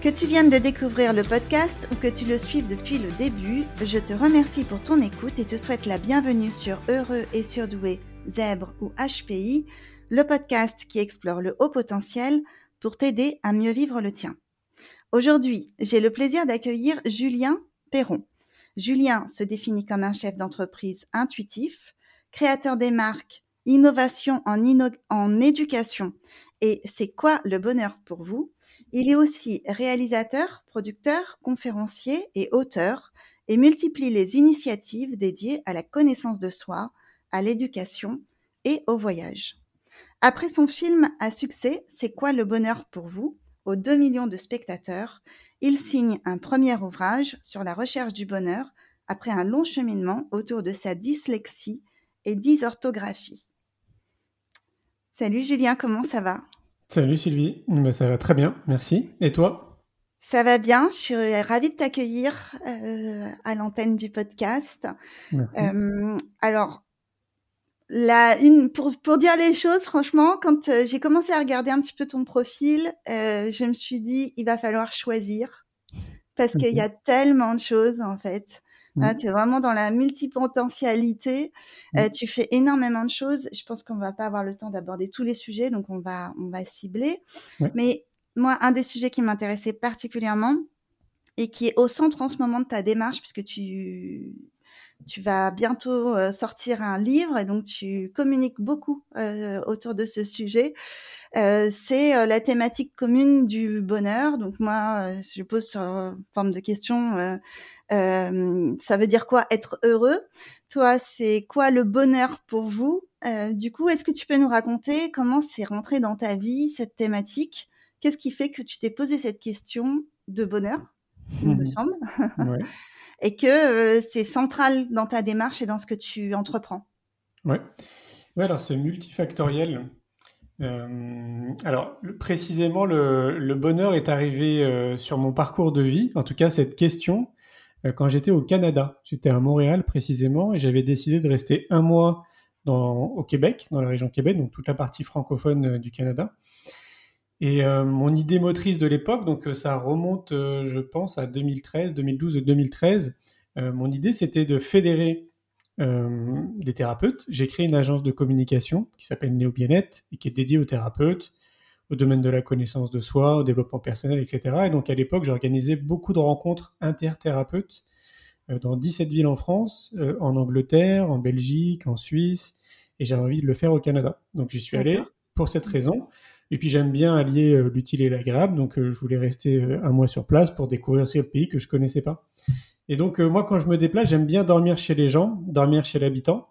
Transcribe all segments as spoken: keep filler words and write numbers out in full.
Que tu viennes de découvrir le podcast ou que tu le suives depuis le début, je te remercie pour ton écoute et te souhaite la bienvenue sur Heureux et Surdoué, Zèbre ou H P I, le podcast qui explore le haut potentiel pour t'aider à mieux vivre le tien. Aujourd'hui, j'ai le plaisir d'accueillir Julien Perron. Julien se définit comme un chef d'entreprise intuitif, créateur des marques, innovation en, inno- en éducation et c'est quoi le bonheur pour vous? Il est aussi réalisateur, producteur, conférencier et auteur et multiplie les initiatives dédiées à la connaissance de soi, à l'éducation et au voyage. Après son film à succès, C'est quoi le bonheur pour vous? Aux deux millions de spectateurs, il signe un premier ouvrage sur la recherche du bonheur après un long cheminement autour de sa dyslexie et dysorthographie. Salut Julien, comment ça va? Salut Sylvie, ben, ça va très bien, merci. Et toi? Ça va bien, je suis ravie de t'accueillir euh, à l'antenne du podcast. Merci. Euh, alors, la, une, pour, pour dire les choses, franchement, quand euh, j'ai commencé à regarder un petit peu ton profil, euh, je me suis dit, il va falloir choisir parce qu'il y a tellement de choses en fait. Mm. Hein, tu es vraiment dans la multipotentialité. Mm. Euh, tu fais énormément de choses. Je pense qu'on va pas avoir le temps d'aborder tous les sujets, donc on va, on va cibler. Ouais. Mais moi, un des sujets qui m'intéressait particulièrement et qui est au centre en ce moment de ta démarche, puisque tu, tu vas bientôt euh, sortir un livre et donc tu communiques beaucoup euh, autour de ce sujet. Euh, c'est euh, la thématique commune du bonheur. Donc moi, euh, si je pose sur euh, forme de question, euh, euh, ça veut dire quoi être heureux? Toi, c'est quoi le bonheur pour vous? Euh, du coup, est-ce que tu peux nous raconter comment c'est rentré dans ta vie, cette thématique? Qu'est-ce qui fait que tu t'es posé cette question de bonheur, il me semble, Ouais. et que euh, c'est central dans ta démarche et dans ce que tu entreprends? Ouais. Ouais, alors c'est multifactoriel. Euh, alors le- précisément, le, le bonheur est arrivé euh, sur mon parcours de vie, en tout cas cette question, euh, quand j'étais au Canada. J'étais à Montréal précisément et j'avais décidé de rester un mois dans, au Québec, dans la région Québec, donc toute la partie francophone euh, du Canada. Et euh, mon idée motrice de l'époque, donc euh, ça remonte, euh, je pense, à deux mille treize, deux mille douze, deux mille treize. Euh, mon idée, c'était de fédérer euh, des thérapeutes. J'ai créé une agence de communication qui s'appelle Néo Bien-être et qui est dédiée aux thérapeutes, au domaine de la connaissance de soi, au développement personnel, et cetera. Et donc à l'époque, j'organisais beaucoup de rencontres interthérapeutes euh, dans dix-sept villes en France, euh, en Angleterre, en Belgique, en Suisse, et j'avais envie de le faire au Canada. Donc j'y suis D'accord. allé pour cette raison. Et puis j'aime bien allier euh, l'utile et l'agréable, donc euh, je voulais rester euh, un mois sur place pour découvrir ce pays que je connaissais pas. Et donc euh, moi, quand je me déplace, j'aime bien dormir chez les gens, dormir chez l'habitant.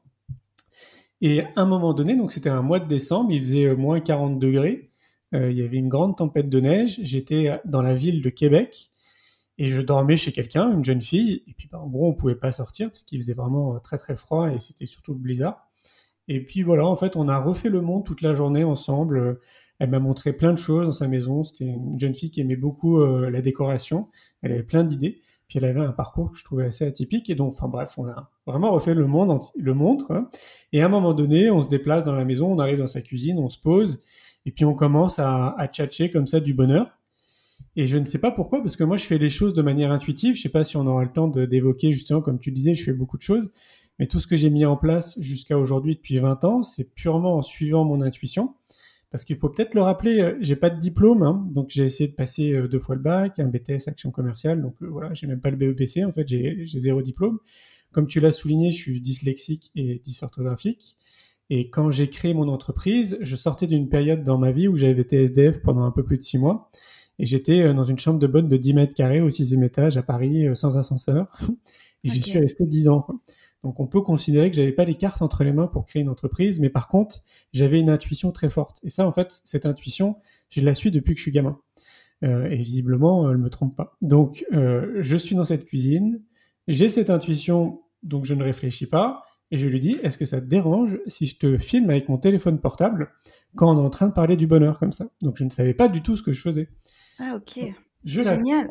Et à un moment donné, donc c'était un mois de décembre, il faisait euh, moins quarante degrés, euh, il y avait une grande tempête de neige, j'étais dans la ville de Québec, et je dormais chez quelqu'un, une jeune fille, et puis bah, en gros on pouvait pas sortir parce qu'il faisait vraiment très très froid et c'était surtout le blizzard. Et puis voilà, en fait on a refait le monde toute la journée ensemble. Elle m'a montré plein de choses dans sa maison. C'était une jeune fille qui aimait beaucoup euh, la décoration, elle avait plein d'idées, puis elle avait un parcours que je trouvais assez atypique, et donc enfin bref, on a vraiment refait le monde, le monde quoi. Et à un moment donné, on se déplace dans la maison, on arrive dans sa cuisine, on se pose, et puis on commence à, à tchatcher comme ça du bonheur. Et je ne sais pas pourquoi, parce que moi, je fais les choses de manière intuitive. Je ne sais pas si on aura le temps de, d'évoquer, justement, comme tu disais, je fais beaucoup de choses. Mais tout ce que j'ai mis en place jusqu'à aujourd'hui, depuis vingt ans, c'est purement en suivant mon intuition. Parce qu'il faut peut-être le rappeler, euh, j'ai pas de diplôme, hein, donc j'ai essayé de passer euh, deux fois le bac, un B T S action commerciale, donc euh, voilà, j'ai même pas le B E P C, en fait, j'ai, j'ai zéro diplôme. Comme tu l'as souligné, je suis dyslexique et dysorthographique. Et quand j'ai créé mon entreprise, je sortais d'une période dans ma vie où j'avais été S D F pendant un peu plus de six mois. Et j'étais dans une chambre de bonne de dix mètres carrés au sixième étage à Paris, sans ascenseur. Et j'y Ok. suis resté dix ans. Donc on peut considérer que j'avais pas les cartes entre les mains pour créer une entreprise, mais par contre, j'avais une intuition très forte. Et ça, en fait, cette intuition, je la suis depuis que je suis gamin. Euh, et visiblement, elle me trompe pas. Donc, euh, je suis dans cette cuisine, j'ai cette intuition, donc je ne réfléchis pas, et je lui dis, est-ce que ça te dérange si je te filme avec mon téléphone portable quand on est en train de parler du bonheur comme ça? Donc je ne savais pas du tout ce que je faisais. Ah ok, Je la... génial.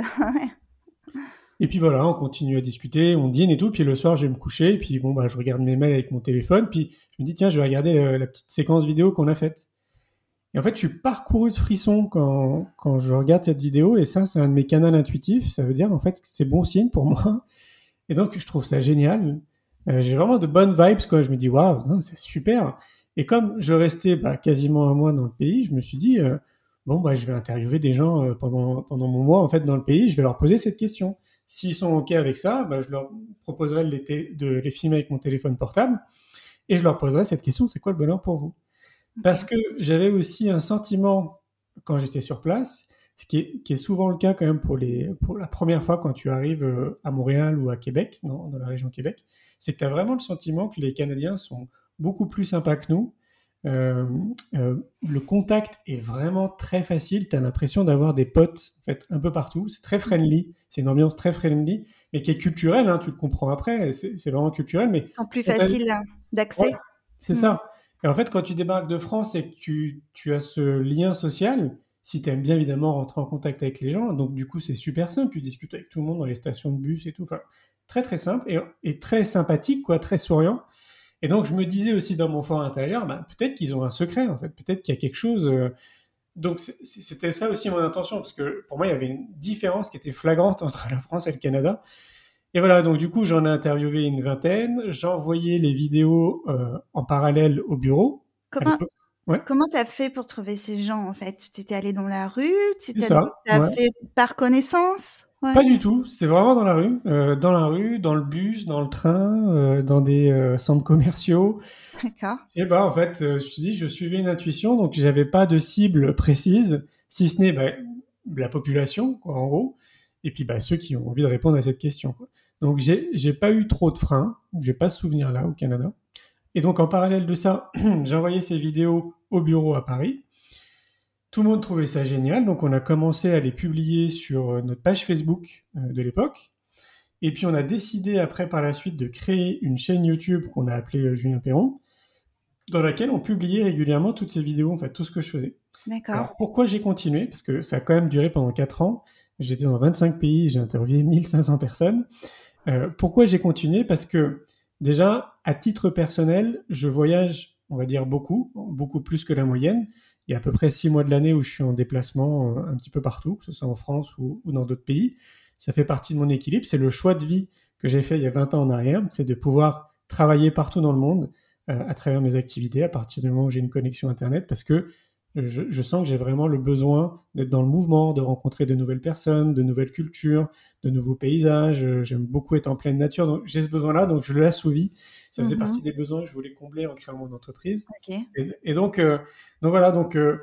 Et puis voilà, on continue à discuter, on dîne et tout, puis le soir je vais me coucher, et puis bon, bah, je regarde mes mails avec mon téléphone, puis je me dis, tiens, je vais regarder euh, la petite séquence vidéo qu'on a faite. Et en fait, je suis parcouru de frissons quand, quand je regarde cette vidéo. Et ça, c'est un de mes canaux intuitifs. Ça veut dire, en fait, que c'est bon signe pour moi. Et donc, je trouve ça génial. Euh, j'ai vraiment de bonnes vibes, quoi. Je me dis, waouh, c'est super. Et comme je restais bah, quasiment un mois dans le pays, je me suis dit, euh, bon, bah, je vais interviewer des gens euh, pendant, pendant mon mois en fait, dans le pays. Je vais leur poser cette question. S'ils sont OK avec ça, bah, je leur proposerai de les, té- de les filmer avec mon téléphone portable. Et je leur poserai cette question, c'est quoi le bonheur pour vous? Parce Ok. que j'avais aussi un sentiment quand j'étais sur place, ce qui est, qui est souvent le cas quand même pour, les, pour la première fois quand tu arrives euh, à Montréal ou à Québec, dans, dans la région Québec, c'est que tu as vraiment le sentiment que les Canadiens sont beaucoup plus sympas que nous. Euh, euh, le contact est vraiment très facile. Tu as l'impression d'avoir des potes en fait, un peu partout. C'est très friendly. C'est une ambiance très friendly, mais qui est culturelle. Hein, tu le comprends après. C'est, c'est vraiment culturel. Mais Ils sont plus faciles euh, ouais, d'accès. c'est Mm. ça. Et en fait, quand tu débarques de France et que tu, tu as ce lien social, si tu aimes bien évidemment rentrer en contact avec les gens, donc du coup c'est super simple, tu discutes avec tout le monde dans les stations de bus et tout, enfin très très simple et, et très sympathique, quoi, très souriant. Et donc je me disais aussi dans mon fort intérieur, bah, peut-être qu'ils ont un secret en fait, peut-être qu'il y a quelque chose. euh, Donc c'est- c'était ça aussi mon intention, parce que pour moi il y avait une différence qui était flagrante entre la France et le Canada. Et voilà, donc du coup, j'en ai interviewé une vingtaine. J'ai envoyé les vidéos euh, en parallèle au bureau à Comment l'époque. Ouais, comment t'as fait pour trouver ces gens en fait? T'étais allé dans la rue? Tu c'est t'as ça. t'as Ouais. fait par connaissance? Ouais, Pas du tout. C'était vraiment dans la rue, euh, dans la rue, dans le bus, dans le train, euh, dans des euh, centres commerciaux. d'accord. Je sais pas, en fait, euh, je me suis dit, je suivais une intuition, donc j'avais pas de cible précise, si ce n'est bah, la population, quoi, en gros, et puis bah, ceux qui ont envie de répondre à cette question, quoi. Donc j'ai j'ai pas eu trop de freins, j'ai pas ce souvenir là au Canada. Et donc, en parallèle de ça, j'ai envoyé ces vidéos au bureau à Paris. Tout le monde trouvait ça génial, donc on a commencé à les publier sur euh, notre page Facebook euh, de l'époque. Et puis, on a décidé après, par la suite, de créer une chaîne YouTube qu'on a appelée euh, Julien Perron, dans laquelle on publiait régulièrement toutes ces vidéos, en fait, tout ce que je faisais. D'accord. Alors, pourquoi j'ai continué? Parce que ça a quand même duré pendant quatre ans. J'étais dans vingt-cinq pays, j'ai interviewé mille cinq cents personnes. Euh, pourquoi j'ai continué? Parce que déjà, à titre personnel, je voyage, on va dire beaucoup, beaucoup plus que la moyenne. Il y a à peu près six mois de l'année où je suis en déplacement euh, un petit peu partout, que ce soit en France ou, ou dans d'autres pays. Ça fait partie de mon équilibre. C'est le choix de vie que j'ai fait il y a vingt ans en arrière, c'est de pouvoir travailler partout dans le monde euh, à travers mes activités à partir du moment où j'ai une connexion Internet, parce que je, je sens que j'ai vraiment le besoin d'être dans le mouvement, de rencontrer de nouvelles personnes, de nouvelles cultures, de nouveaux paysages. Euh, J'aime beaucoup être en pleine nature, donc j'ai ce besoin-là, donc je l'assouvis. Ça faisait partie Mhm. des besoins que je voulais combler en créant mon entreprise. Ok. Et, et donc, euh, donc voilà, donc euh,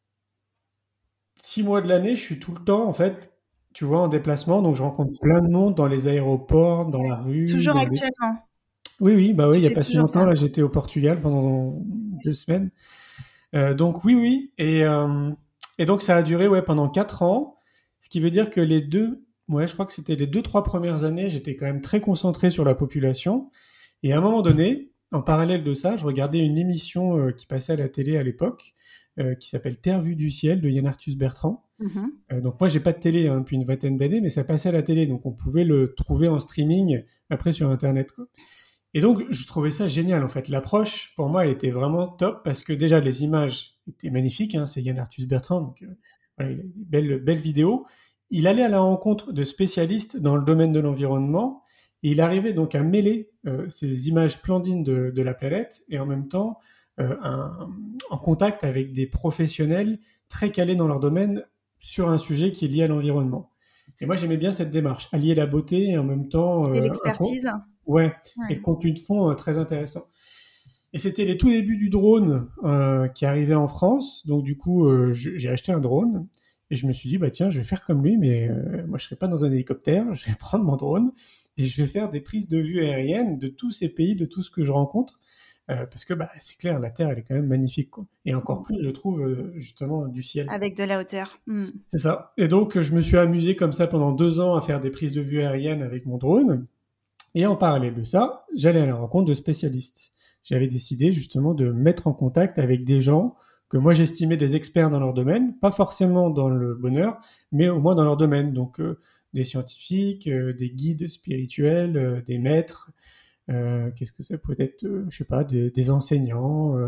six mois de l'année, je suis tout le temps en fait, tu vois, en déplacement, donc je rencontre plein de monde dans les aéroports, dans la rue, Toujours dans les... actuellement? Oui, oui, bah oui, Tu il y a fais pas si toujours longtemps ça? là, j'étais au Portugal pendant deux semaines. Euh, donc oui, oui, et euh, et donc ça a duré ouais pendant quatre ans, ce qui veut dire que les deux, ouais, je crois que c'était les deux trois premières années, j'étais quand même très concentré sur la population. Et à un moment donné, en parallèle de ça, je regardais une émission euh, qui passait à la télé à l'époque, euh, qui s'appelle Terre vue du ciel de Yann Arthus Bertrand. Mhm. Euh, donc moi, j'ai pas de télé hein, depuis une vingtaine d'années, mais ça passait à la télé, donc on pouvait le trouver en streaming après sur Internet, quoi. Et donc, je trouvais ça génial, en fait. L'approche, pour moi, elle était vraiment top parce que déjà, les images étaient magnifiques. Hein, c'est Yann Arthus Bertrand, donc euh, voilà, il a une belle, belle vidéo. Il allait à la rencontre de spécialistes dans le domaine de l'environnement et il arrivait donc à mêler euh, ces images splendides de, de la planète et en même temps euh, un- en contact avec des professionnels très calés dans leur domaine sur un sujet qui est lié à l'environnement. Et moi, j'aimais bien cette démarche, allier la beauté et en même temps Et euh, un, con- l'expertise? ouais, et Ouais. le contenu de fond euh, très intéressant. Et c'était les tout débuts du drone euh, qui arrivait en France. Donc du coup, euh, je- j'ai acheté un drone et je me suis dit, bah tiens, je vais faire comme lui, mais euh, moi je serai pas dans un hélicoptère. Je vais prendre mon drone et je vais faire des prises de vue aériennes de tous ces pays, de tout ce que je rencontre. Euh, parce que bah, c'est clair, la Terre, elle est quand même magnifique, quoi. Et encore Mm. plus, je trouve, euh, justement, du ciel. Avec de la hauteur. Mm. C'est ça. Et donc, je me suis amusé comme ça pendant deux ans à faire des prises de vue aériennes avec mon drone. Et en parallèle de ça, j'allais à la rencontre de spécialistes. J'avais décidé justement de mettre en contact avec des gens que moi j'estimais des experts dans leur domaine, pas forcément dans le bonheur, mais au moins dans leur domaine. Donc euh, des scientifiques, euh, des guides spirituels, euh, des maîtres, euh, qu'est-ce que ça peut être, euh, je sais pas, des, des enseignants, euh,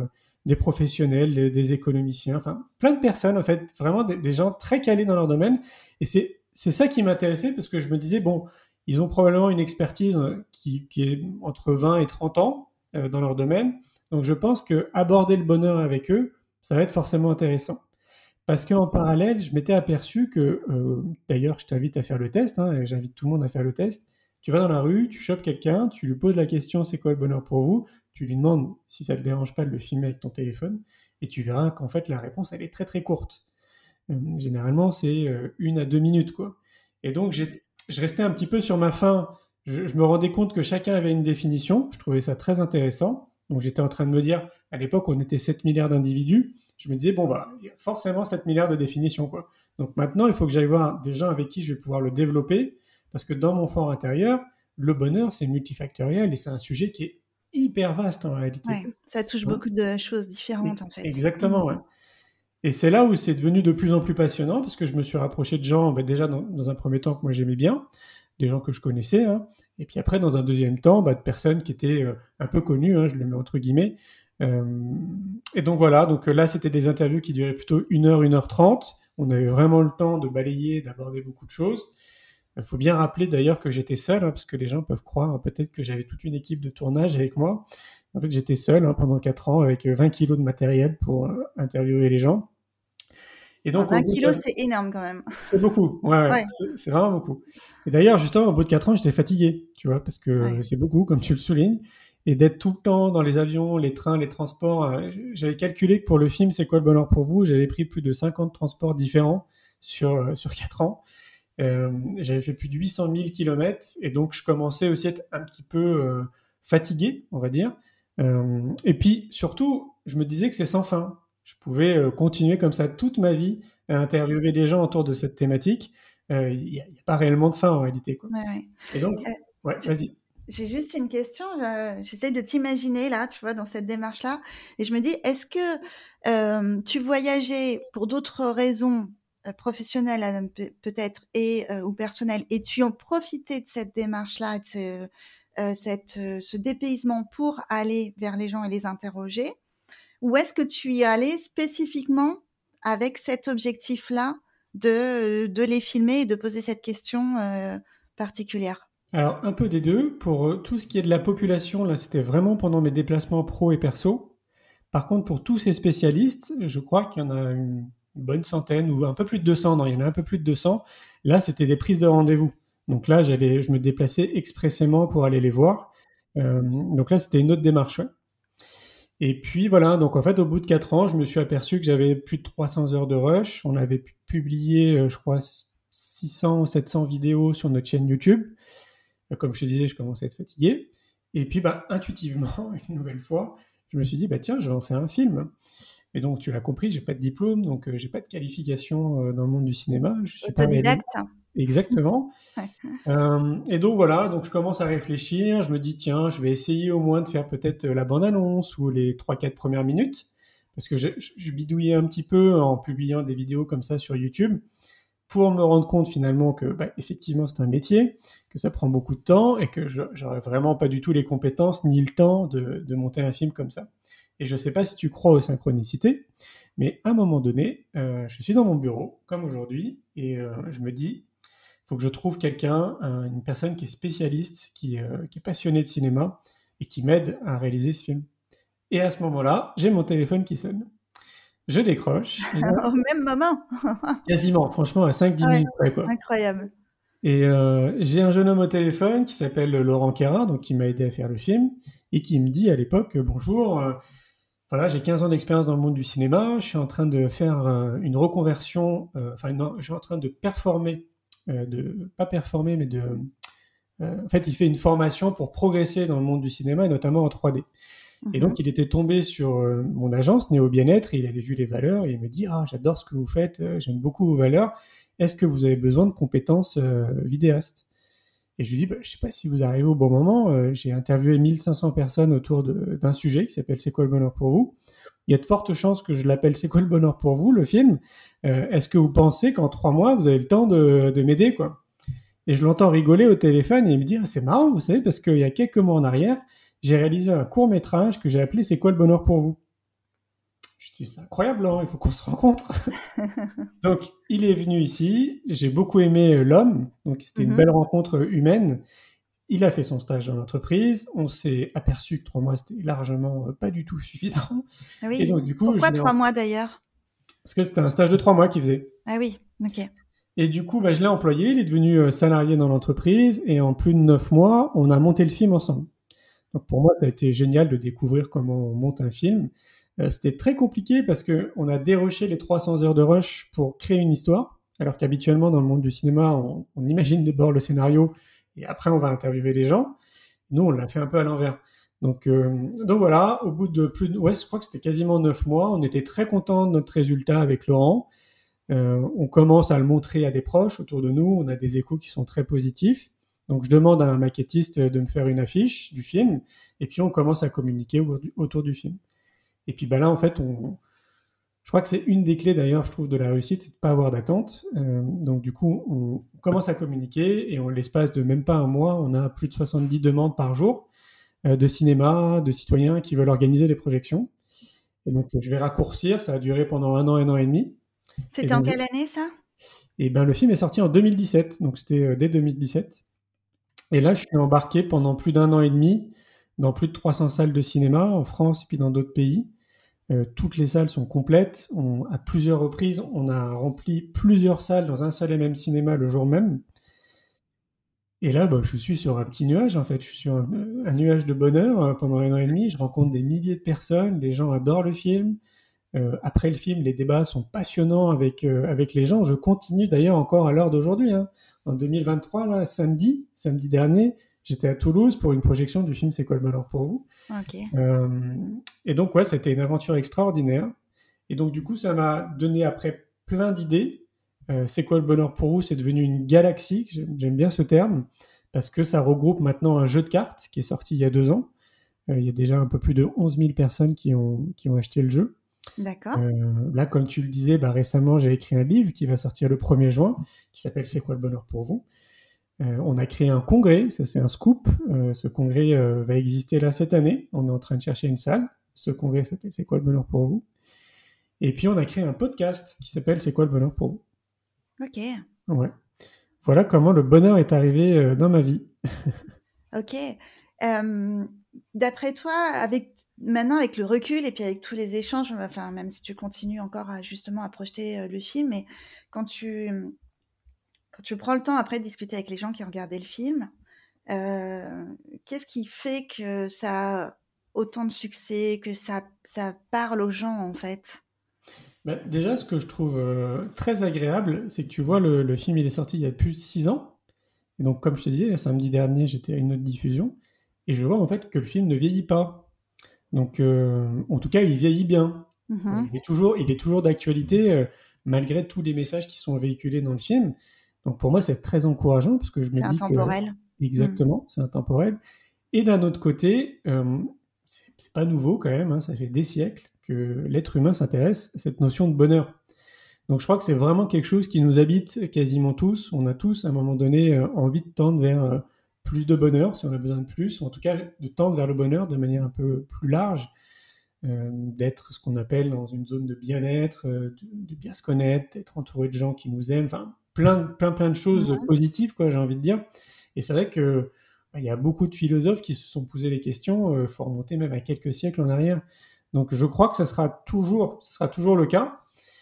des professionnels, des, des économiciens, enfin plein de personnes en fait, vraiment des, des gens très calés dans leur domaine. Et c'est, c'est ça qui m'intéressait parce que je me disais, bon, ils ont probablement une expertise qui, qui est entre vingt et trente ans euh, dans leur domaine. Donc je pense qu'aborder le bonheur avec eux, ça va être forcément intéressant. Parce qu'en parallèle, je m'étais aperçu que, euh, d'ailleurs, je t'invite à faire le test, hein, et j'invite tout le monde à faire le test. Tu vas dans la rue, tu chopes quelqu'un, tu lui poses la question c'est quoi le bonheur pour vous, tu lui demandes si ça ne te dérange pas de le filmer avec ton téléphone, et tu verras qu'en fait la réponse elle est très très courte. Euh, généralement c'est euh, une à deux minutes quoi. Et donc j'ai, je restais un petit peu sur ma faim. Je, je me rendais compte que chacun avait une définition. Je trouvais ça très intéressant. Donc j'étais en train de me dire, à l'époque on était sept milliards d'individus. Je me disais bon bah il y a forcément sept milliards de définitions quoi. Donc maintenant il faut que j'aille voir des gens avec qui je vais pouvoir le développer. Parce que dans mon fort intérieur, le bonheur, c'est multifactoriel et c'est un sujet qui est hyper vaste en réalité. Ouais, ça touche Hein. beaucoup de choses différentes en fait. Exactement, Mmh. ouais. Et c'est là où c'est devenu de plus en plus passionnant parce que je me suis rapproché de gens, bah, déjà dans, dans un premier temps que moi j'aimais bien, des gens que je connaissais, hein, et puis après dans un deuxième temps, bah, de personnes qui étaient euh, un peu connues, hein, je le mets entre guillemets. Euh, et donc voilà, donc là c'était des interviews qui duraient plutôt une heure, une heure trente. On avait vraiment le temps de balayer, d'aborder beaucoup de choses. Il faut bien rappeler d'ailleurs que j'étais seul, hein, parce que les gens peuvent croire hein, peut-être que j'avais toute une équipe de tournage avec moi. En fait, j'étais seul hein, pendant quatre ans avec vingt kilos de matériel pour euh, interviewer les gens. Et donc, vingt kilos, c'est énorme quand même. C'est beaucoup, ouais, ouais, ouais. C'est, c'est vraiment beaucoup. Et d'ailleurs, justement, au bout de quatre ans, j'étais fatigué, tu vois, parce que ouais. C'est beaucoup, comme tu le soulignes. Et d'être tout le temps dans les avions, les trains, les transports. Euh, j'avais calculé que pour le film C'est quoi le bonheur pour vous, j'avais pris plus de cinquante transports différents sur, euh, sur quatre ans. Euh, j'avais fait plus de huit cent mille kilomètres et donc je commençais aussi à être un petit peu euh, fatigué, on va dire. Euh, et puis surtout, je me disais que c'est sans fin. Je pouvais euh, continuer comme ça toute ma vie à interviewer des gens autour de cette thématique. Il euh, n'y a, a pas réellement de fin en réalité, quoi. Ouais, ouais. Et donc, euh, ouais, vas-y. J'ai juste une question. Je, j'essaie de t'imaginer là, tu vois, dans cette démarche-là, et je me dis, est-ce que euh, tu voyageais pour d'autres raisons professionnelles peut-être et euh, ou personnelles, et tu en profitais de cette démarche-là, de ce, euh, cette, euh, ce dépaysement pour aller vers les gens et les interroger, ou est-ce que tu y allais spécifiquement avec cet objectif-là de, de les filmer et de poser cette question euh, particulière? Alors, un peu des deux. Pour tout ce qui est de la population, là, c'était vraiment pendant mes déplacements pro et perso. Par contre, pour tous ces spécialistes, je crois qu'il y en a une bonne centaine ou un peu plus de deux cents. Non, il y en a un peu plus de deux cents. Là, c'était des prises de rendez-vous. Donc là, j'allais, je me déplaçais expressément pour aller les voir. Euh, donc là, c'était une autre démarche. Ouais. Et puis voilà, donc en fait, au bout de quatre ans, je me suis aperçu que j'avais plus de trois cents heures de rush. On avait publié, je crois, six cents ou sept cents vidéos sur notre chaîne YouTube. Comme je te disais, je commençais à être fatigué. Et puis, bah, intuitivement, une nouvelle fois, je me suis dit, bah, tiens, je vais en faire un film. Et donc, tu l'as compris, j'ai pas de diplôme, donc euh, j'ai pas de qualification euh, dans le monde du cinéma. Je suis autodidacte. Pas Exactement. Ouais. euh, et donc voilà, donc je commence à réfléchir. Je me dis, tiens, je vais essayer au moins de faire peut-être la bande-annonce ou les trois quatre premières minutes. Parce que je, je bidouillais un petit peu en publiant des vidéos comme ça sur YouTube, pour me rendre compte finalement que bah, effectivement c'est un métier, que ça prend beaucoup de temps et que je j'aurais vraiment pas du tout les compétences ni le temps de, de monter un film comme ça. Et je sais pas si tu crois aux synchronicités, mais à un moment donné, euh, je suis dans mon bureau, comme aujourd'hui, et euh, je me dis, il faut que je trouve quelqu'un, un, une personne qui est spécialiste, qui, euh, qui est passionné de cinéma, et qui m'aide à réaliser ce film. Et à ce moment-là, j'ai mon téléphone qui sonne. Je décroche. Là, au même moment. Quasiment, franchement, à cinq dix ouais, minutes près, quoi. Incroyable. Et euh, j'ai un jeune homme au téléphone qui s'appelle Laurent Quéra, donc qui m'a aidé à faire le film, et qui me dit à l'époque, bonjour, euh, voilà, j'ai quinze ans d'expérience dans le monde du cinéma, je suis en train de faire euh, une reconversion, euh, enfin, non, je suis en train de performer, euh, de pas performer, mais de... Euh, en fait, il fait une formation pour progresser dans le monde du cinéma, et notamment en trois D. Et donc, il était tombé sur euh, mon agence, Néo Bien-être, et il avait vu les valeurs, et il me dit « Ah, j'adore ce que vous faites, euh, j'aime beaucoup vos valeurs. Est-ce que vous avez besoin de compétences euh, vidéastes ?» Et je lui dis bah, « Je ne sais pas si vous arrivez au bon moment. Euh, j'ai interviewé mille cinq cents personnes autour de, d'un sujet qui s'appelle « C'est quoi le bonheur pour vous ?» Il y a de fortes chances que je l'appelle « C'est quoi le bonheur pour vous ?» le film. Euh, est-ce que vous pensez qu'en trois mois, vous avez le temps de, de m'aider quoi ? Et je l'entends rigoler au téléphone, et il me dit ah, « C'est marrant, vous savez, parce qu'il y a quelques mois en arrière, j'ai réalisé un court-métrage que j'ai appelé « C'est quoi le bonheur pour vous ?» Je dis, c'est incroyable, hein, il faut qu'on se rencontre. Donc, il est venu ici. J'ai beaucoup aimé euh, l'homme. Donc, c'était une Mhm. belle rencontre humaine. Il a fait son stage dans l'entreprise. On s'est aperçu que trois mois, c'était largement euh, pas du tout suffisant. Et Oui. donc, du coup, je Pourquoi l'ai... trois mois d'ailleurs? Parce que c'était un stage de trois mois qu'il faisait. Ah oui, ok. Et du coup, bah, je l'ai employé. Il est devenu euh, salarié dans l'entreprise. Et en plus de neuf mois, on a monté le film ensemble. Donc, pour moi, ça a été génial de découvrir comment on monte un film. Euh, c'était très compliqué parce qu'on a dérushé les trois cents heures de rush pour créer une histoire, alors qu'habituellement, dans le monde du cinéma, on, on imagine d'abord le scénario et après, on va interviewer les gens. Nous, on l'a fait un peu à l'envers. Donc, euh, donc voilà, au bout de plus de... Ouais, je crois que c'était quasiment neuf mois. On était très contents de notre résultat avec Laurent. Euh, on commence à le montrer à des proches autour de nous. On a des échos qui sont très positifs. Donc, je demande à un maquettiste de me faire une affiche du film. Et puis, on commence à communiquer autour du film. Et puis, bah là, en fait, on... je crois que c'est une des clés, d'ailleurs, je trouve, de la réussite, c'est de ne pas avoir d'attente. Euh, donc, du coup, on commence à communiquer. Et en l'espace de même pas un mois, on a plus de soixante-dix demandes par jour euh, de cinéma, de citoyens qui veulent organiser des projections. Et donc, je vais raccourcir. Ça a duré pendant un an, un an et demi. Et C'était en donc, quelle année ça? et ben, le film est sorti en deux mille dix-sept, donc c'était euh, dès deux mille dix-sept. Et là, je suis embarqué pendant plus d'un an et demi dans plus de trois cents salles de cinéma en France et puis dans d'autres pays. Euh, toutes les salles sont complètes. On, à plusieurs reprises, on a rempli plusieurs salles dans un seul et même cinéma le jour même. Et là, bah, je suis sur un petit nuage, en fait. Je suis sur un, un nuage de bonheur euh, pendant un an et demi. Je rencontre des milliers de personnes. Les gens adorent le film. Euh, après le film, les débats sont passionnants avec, euh, avec les gens. Je continue d'ailleurs encore à l'heure d'aujourd'hui, hein. En deux mille vingt-trois, là, samedi, samedi dernier, j'étais à Toulouse pour une projection du film C'est quoi le bonheur pour vous? Ok. Euh, et donc, ouais, c'était une aventure extraordinaire. Et donc, du coup, ça m'a donné après plein d'idées. Euh, C'est quoi le bonheur pour vous? C'est devenu une galaxie. J'aime j'aime bien ce terme parce que ça regroupe maintenant un jeu de cartes qui est sorti il y a deux ans. Euh, il y a déjà un peu plus de onze mille personnes qui ont, qui ont acheté le jeu. D'accord. Euh, là, comme tu le disais, bah, récemment, j'ai écrit un livre qui va sortir le premier juin, qui s'appelle C'est quoi le bonheur pour vous? Euh, on a créé un congrès, ça c'est un scoop. Euh, ce congrès euh, va exister là cette année. On est en train de chercher une salle. Ce congrès s'appelle C'est quoi le bonheur pour vous? Et puis on a créé un podcast qui s'appelle C'est quoi le bonheur pour vous? Ok. Ouais. Voilà comment le bonheur est arrivé euh, dans ma vie. Ok. Euh, d'après toi, avec maintenant avec le recul et puis avec tous les échanges, enfin même si tu continues encore à justement à projeter euh, le film, mais quand tu quand tu prends le temps après de discuter avec les gens qui ont regardé le film, euh, qu'est-ce qui fait que ça a autant de succès, que ça ça parle aux gens en fait? Bah, déjà, ce que je trouve euh, très agréable, c'est que tu vois, le, le film il est sorti il y a plus de six ans. Et donc, comme je te disais, samedi dernier, j'étais à une autre diffusion. Et je vois en fait que le film ne vieillit pas. Donc, euh, en tout cas, il vieillit bien. Euh, Mhm. Il est toujours, il est toujours d'actualité, euh, malgré tous les messages qui sont véhiculés dans le film. Donc, pour moi, c'est très encourageant, parce que je me C'est dis que, intemporel. Mm. exactement, c'est intemporel. Et d'un autre côté, euh, c'est c'est pas nouveau quand même, hein, ça fait des siècles que l'être humain s'intéresse à cette notion de bonheur. Donc, je crois que c'est vraiment quelque chose qui nous habite quasiment tous. On a tous, à un moment donné, euh, envie de tendre vers euh, plus de bonheur, si on a besoin de plus, ou en tout cas de tendre vers le bonheur de manière un peu plus large, euh, d'être ce qu'on appelle dans une zone de bien-être, euh, de, de bien se connaître, d'être entouré de gens qui nous aiment, enfin, plein, plein, plein de choses Mhm. positives, quoi, j'ai envie de dire. Et c'est vrai que bah, il y a beaucoup de philosophes qui se sont posés les questions, il euh, faut remonter même à quelques siècles en arrière. Donc, je crois que ça sera toujours, ça sera toujours le cas.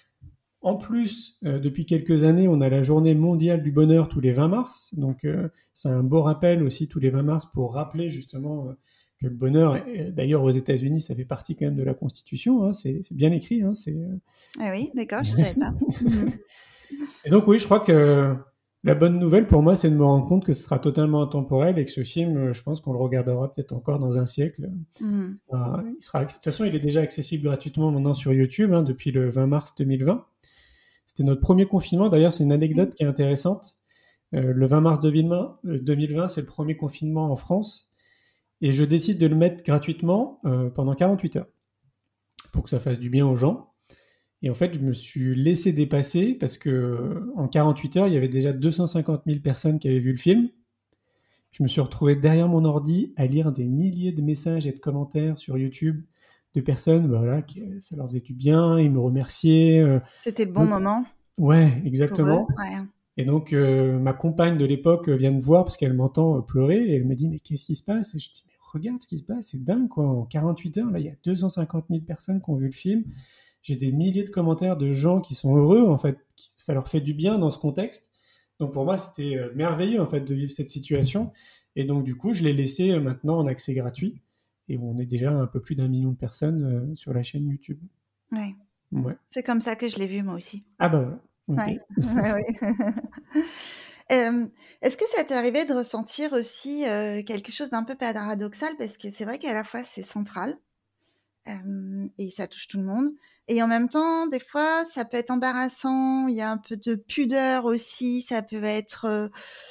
En plus, euh, depuis quelques années, on a la journée mondiale du bonheur tous les vingt mars. Donc, euh, c'est un beau rappel aussi tous les vingt mars pour rappeler justement euh, que le bonheur, euh, d'ailleurs aux États-Unis, ça fait partie quand même de la Constitution. Hein, c'est, c'est bien écrit. Hein, c'est, euh... Ah oui, d'accord, je savais pas. Mhm. Et donc, oui, je crois que la bonne nouvelle pour moi, c'est de me rendre compte que ce sera totalement intemporel et que ce film, euh, je pense qu'on le regardera peut-être encore dans un siècle. Mhm. Euh, il sera, de toute façon, il est déjà accessible gratuitement maintenant sur YouTube hein, depuis le vingt mars deux mille vingt. C'était notre premier confinement. D'ailleurs, c'est une anecdote Oui. qui est intéressante. Euh, le vingt mars deux mille vingt, euh, deux mille vingt, c'est le premier confinement en France. Et je décide de le mettre gratuitement euh, pendant quarante-huit heures pour que ça fasse du bien aux gens. Et en fait, je me suis laissé dépasser parce que euh, en quarante-huit heures, il y avait déjà deux cent cinquante mille personnes qui avaient vu le film. Je me suis retrouvé derrière mon ordi à lire des milliers de messages et de commentaires sur YouTube de personnes, bah, voilà, qui, ça leur faisait du bien, ils me remerciaient. Euh, C'était le bon donc, moment ouais, pour eux. exactement. Ouais. Et donc, euh, ma compagne de l'époque vient me voir parce qu'elle m'entend euh, pleurer et elle me dit, mais qu'est-ce qui se passe? Et je dis, mais regarde ce qui se passe, c'est dingue, quoi. En quarante-huit heures, là, il y a deux cent cinquante mille personnes qui ont vu le film. J'ai des milliers de commentaires de gens qui sont heureux, en fait. Qui, ça leur fait du bien dans ce contexte. Donc, pour moi, c'était euh, merveilleux, en fait, de vivre cette situation. Et donc, du coup, je l'ai laissé euh, maintenant en accès gratuit. Et on est déjà un peu plus d'un million de personnes euh, sur la chaîne YouTube. Ouais. Ouais. C'est comme ça que je l'ai vu, moi aussi. Ah bah voilà. Okay. Ouais. Ouais, ouais. Euh, est-ce que ça t'est arrivé de ressentir aussi euh, quelque chose d'un peu paradoxal, parce que c'est vrai qu'à la fois c'est central euh, et ça touche tout le monde, et en même temps des fois ça peut être embarrassant, il y a un peu de pudeur aussi, ça peut être euh,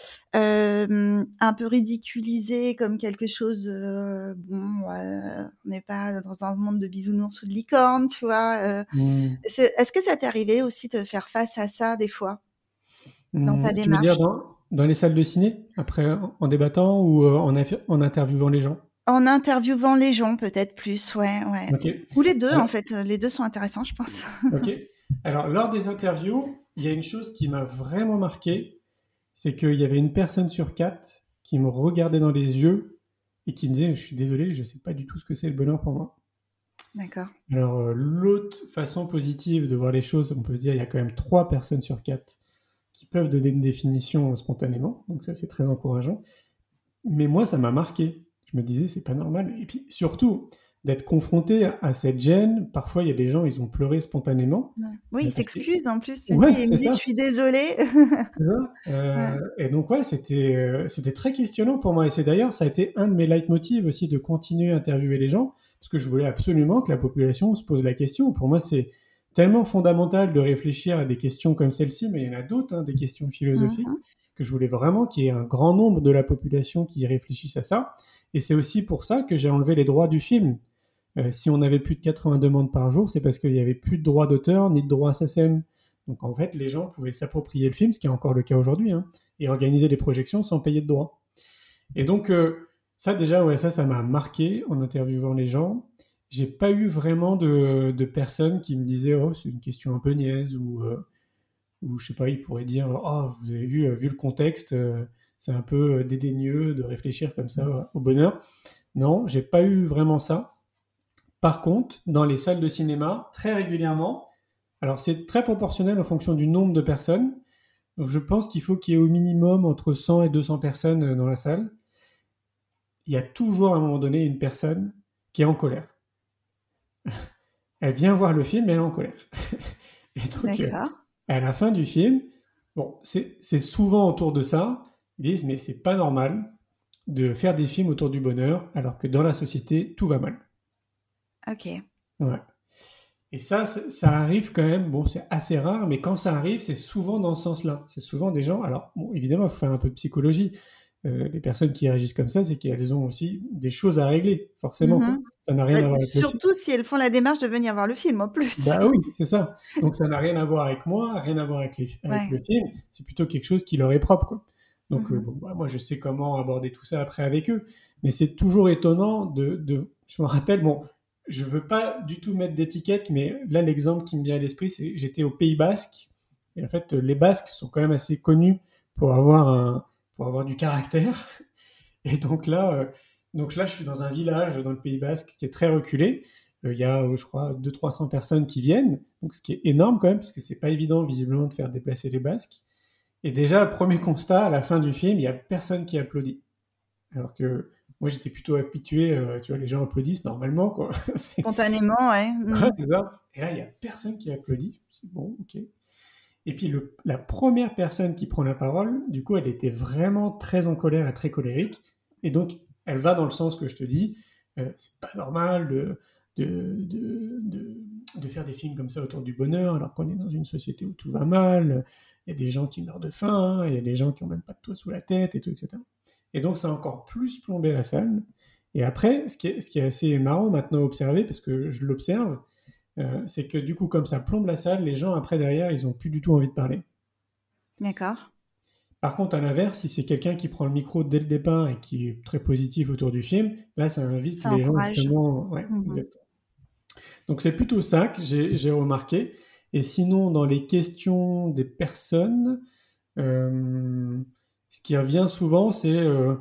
euh, un peu ridiculisé comme quelque chose euh, bon euh, on n'est pas dans un monde de bisounours ou de licorne, tu vois euh, mmh. c'est, est-ce que ça t'est arrivé aussi de faire face à ça des fois dans ta Mmh, tu veux dire démarche? dans dans les salles de ciné? Après, en en débattant ou, heu, en inf en interviewant les gens? En interviewant les gens peut-être plus, ouais, ouais. OK. Ou les deux en Alors fait, les deux sont intéressants je pense. OK. Alors lors des interviews, il y a une chose qui m'a vraiment marqué, c'est qu'il y avait une personne sur quatre qui me regardait dans les yeux et qui me disait: «Je suis désolé, je sais pas du tout ce que c'est le bonheur pour moi». D'accord. Alors, heu, l'autre façon positive de voir les choses, on peut se dire, il y a quand même trois personnes sur quatre qui peuvent donner une définition spontanément, donc ça, c'est très encourageant. Mais moi, ça m'a marqué. Je me disais, c'est pas normal. Et puis surtout, d'être confronté à, à cette gêne. Parfois, il y a des gens, ils ont pleuré spontanément. Ouais. Oui, euh, il parce que... s'excuse en plus, il dit, Ouais, il me c'est dit je ça. suis désolé. C'est ça. Ouais. Euh, et donc, ouais, c'était, euh, c'était très questionnant pour moi. Et c'est d'ailleurs, ça a été un de mes leitmotivs aussi de continuer à interviewer les gens, parce que je voulais absolument que la population se pose la question. Pour moi, c'est tellement fondamental de réfléchir à des questions comme celle-ci, mais il y en a d'autres, hein, des questions philosophiques, Mhm. que je voulais vraiment qu'il y ait un grand nombre de la population qui réfléchisse à ça. Et c'est aussi pour ça que j'ai enlevé les droits du film. Euh, si on avait plus de quatre-vingts demandes par jour, c'est parce qu'il n'y avait plus de droits d'auteur ni de droits S A C E M. Donc en fait, les gens pouvaient s'approprier le film, ce qui est encore le cas aujourd'hui, hein, et organiser des projections sans payer de droits. Et donc euh, ça déjà, ouais, ça, ça m'a marqué en interviewant les gens. J'ai pas eu vraiment de, de personnes qui me disaient oh c'est une question un peu niaise ou euh, ou je sais pas, ils pourraient dire oh vous avez vu euh, vu le contexte, euh, c'est un peu euh, dédaigneux de réfléchir comme ça euh, au bonheur. Non, j'ai pas eu vraiment ça. Par contre, dans les salles de cinéma, très régulièrement, alors c'est très proportionnel en fonction du nombre de personnes. Donc je pense qu'il faut qu'il y ait au minimum entre cent et deux cents personnes euh, dans la salle. Il y a toujours à un moment donné une personne qui est en colère. Elle vient voir le film, mais elle est en colère. Et donc, euh, D'accord. à la fin du film, bon, c'est c'est souvent autour de ça, ils disent, mais c'est pas normal de faire des films autour du bonheur, alors que dans la société, tout va mal. Ok. Ouais. Et ça, ça, ça arrive quand même, bon, c'est assez rare, mais quand ça arrive, c'est souvent dans ce sens-là. C'est souvent des gens, alors, bon, évidemment, il faut faire un peu de psychologie. Euh, les personnes qui réagissent comme ça, c'est qu'elles ont aussi des choses à régler, forcément, quoi. Mhm. Ça n'a rien Bah, à voir avec le film. surtout si elles font la démarche de venir voir le film en plus. Bah oui, c'est ça. Donc ça n'a rien à voir avec moi, rien à voir avec, les, avec Ouais. le film. C'est plutôt quelque chose qui leur est propre, quoi. Donc euh, Mhm. bon, bah, moi je sais comment aborder tout ça après avec eux. Mais c'est toujours étonnant de, de... Je me rappelle, bon, je veux pas du tout mettre d'étiquette, mais là l'exemple qui me vient à l'esprit, c'est j'étais au Pays Basque. Et en fait, les Basques sont quand même assez connus pour avoir un, pour avoir du caractère. Et donc là, euh, donc là, je suis dans un village dans le Pays Basque qui est très reculé. Euh, Il y a, euh, je crois, deux cents trois cents personnes qui viennent, donc ce qui est énorme quand même, parce que c'est pas évident visiblement de faire déplacer les Basques. Et déjà, premier constat, à la fin du film, il y a personne qui applaudit. Alors que moi, j'étais plutôt habitué, euh, tu vois, les gens applaudissent normalement, quoi. c'est Spontanément, ouais. ouais, Mhm. c'est ça. Et là, il y a personne qui applaudit. C'est bon, ok. Et puis le, la première personne qui prend la parole, du coup, elle était vraiment très en colère et très colérique. Et donc, elle va dans le sens que je te dis, euh, c'est pas normal de, de, de, de, de faire des films comme ça autour du bonheur, alors qu'on est dans une société où tout va mal. Il y a des gens qui meurent de faim, il y a des gens qui n'ont même pas de toit sous la tête, et tout, et cetera. Et donc, ça a encore plus plombé la salle. Et après, ce qui est, ce qui est assez marrant maintenant à observer, parce que je l'observe, euh, c'est que du coup, comme ça plombe la salle, les gens après derrière, ils ont plus du tout envie de parler. D'accord. Par contre, à l'inverse, si c'est quelqu'un qui prend le micro dès le départ et qui est très positif autour du film, là, ça invite Ça les gens encourage. justement. Ouais, Mhm. exactement. Donc c'est plutôt ça que j'ai, j'ai remarqué. Et sinon, dans les questions des personnes, euh, ce qui revient souvent, c'est euh,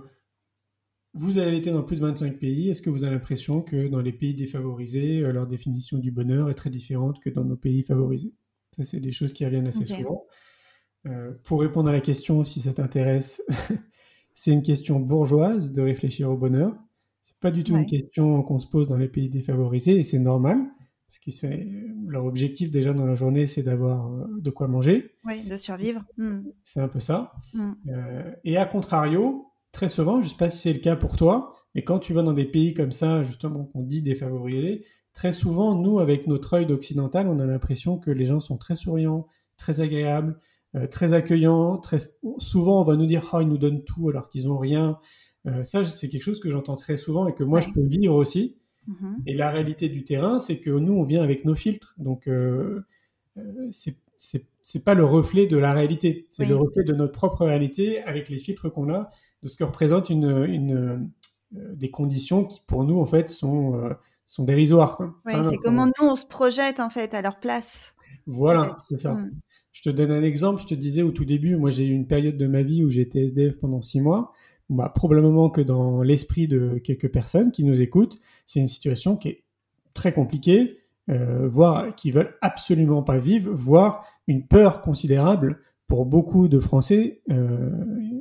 vous avez été dans plus de vingt-cinq pays, est-ce que vous avez l'impression que dans les pays défavorisés, euh, leur définition du bonheur est très différente que dans nos pays favorisés? Ça, c'est des choses qui reviennent assez Ok. souvent. Euh, pour répondre à la question, si ça t'intéresse, c'est une question bourgeoise de réfléchir au bonheur. C'est pas du tout une Ouais. question qu'on se pose dans les pays défavorisés et c'est normal parce que c'est, leur objectif déjà dans la journée, c'est d'avoir euh, de quoi manger. Oui, de survivre. Mm. C'est un peu ça. Mm. Euh, et à contrario, très souvent, je ne sais pas si c'est le cas pour toi, mais quand tu vas dans des pays comme ça, justement, qu'on dit défavorisés, très souvent, nous, avec notre œil d'occidental, on a l'impression que les gens sont très souriants, très agréables, euh, très accueillants. Très... Souvent, on va nous dire « Ah, ils nous donnent tout alors qu'ils n'ont rien euh, ». Ça, c'est quelque chose que j'entends très souvent et que moi, Ouais. je peux vivre aussi. Mm-hmm. Et la réalité du terrain, c'est que nous, on vient avec nos filtres. Donc, euh, euh, c'est c'est c'est pas le reflet de la réalité, c'est Oui. le reflet de notre propre réalité avec les filtres qu'on a, de ce que représente une, une euh, des conditions qui pour nous en fait sont euh, sont dérisoires, quoi. Oui, Enfin, c'est on- comment nous on se projette en fait à leur place, Voilà, peut-être. c'est ça. Mm. Je te donne un exemple, je te disais au tout début, moi j'ai eu une période de ma vie où j'étais S D F pendant six mois. Bah, probablement que dans l'esprit de quelques personnes qui nous écoutent, c'est une situation qui est très compliquée, euh, voire qui veulent absolument pas vivre, voire une peur considérable pour beaucoup de Français. Euh,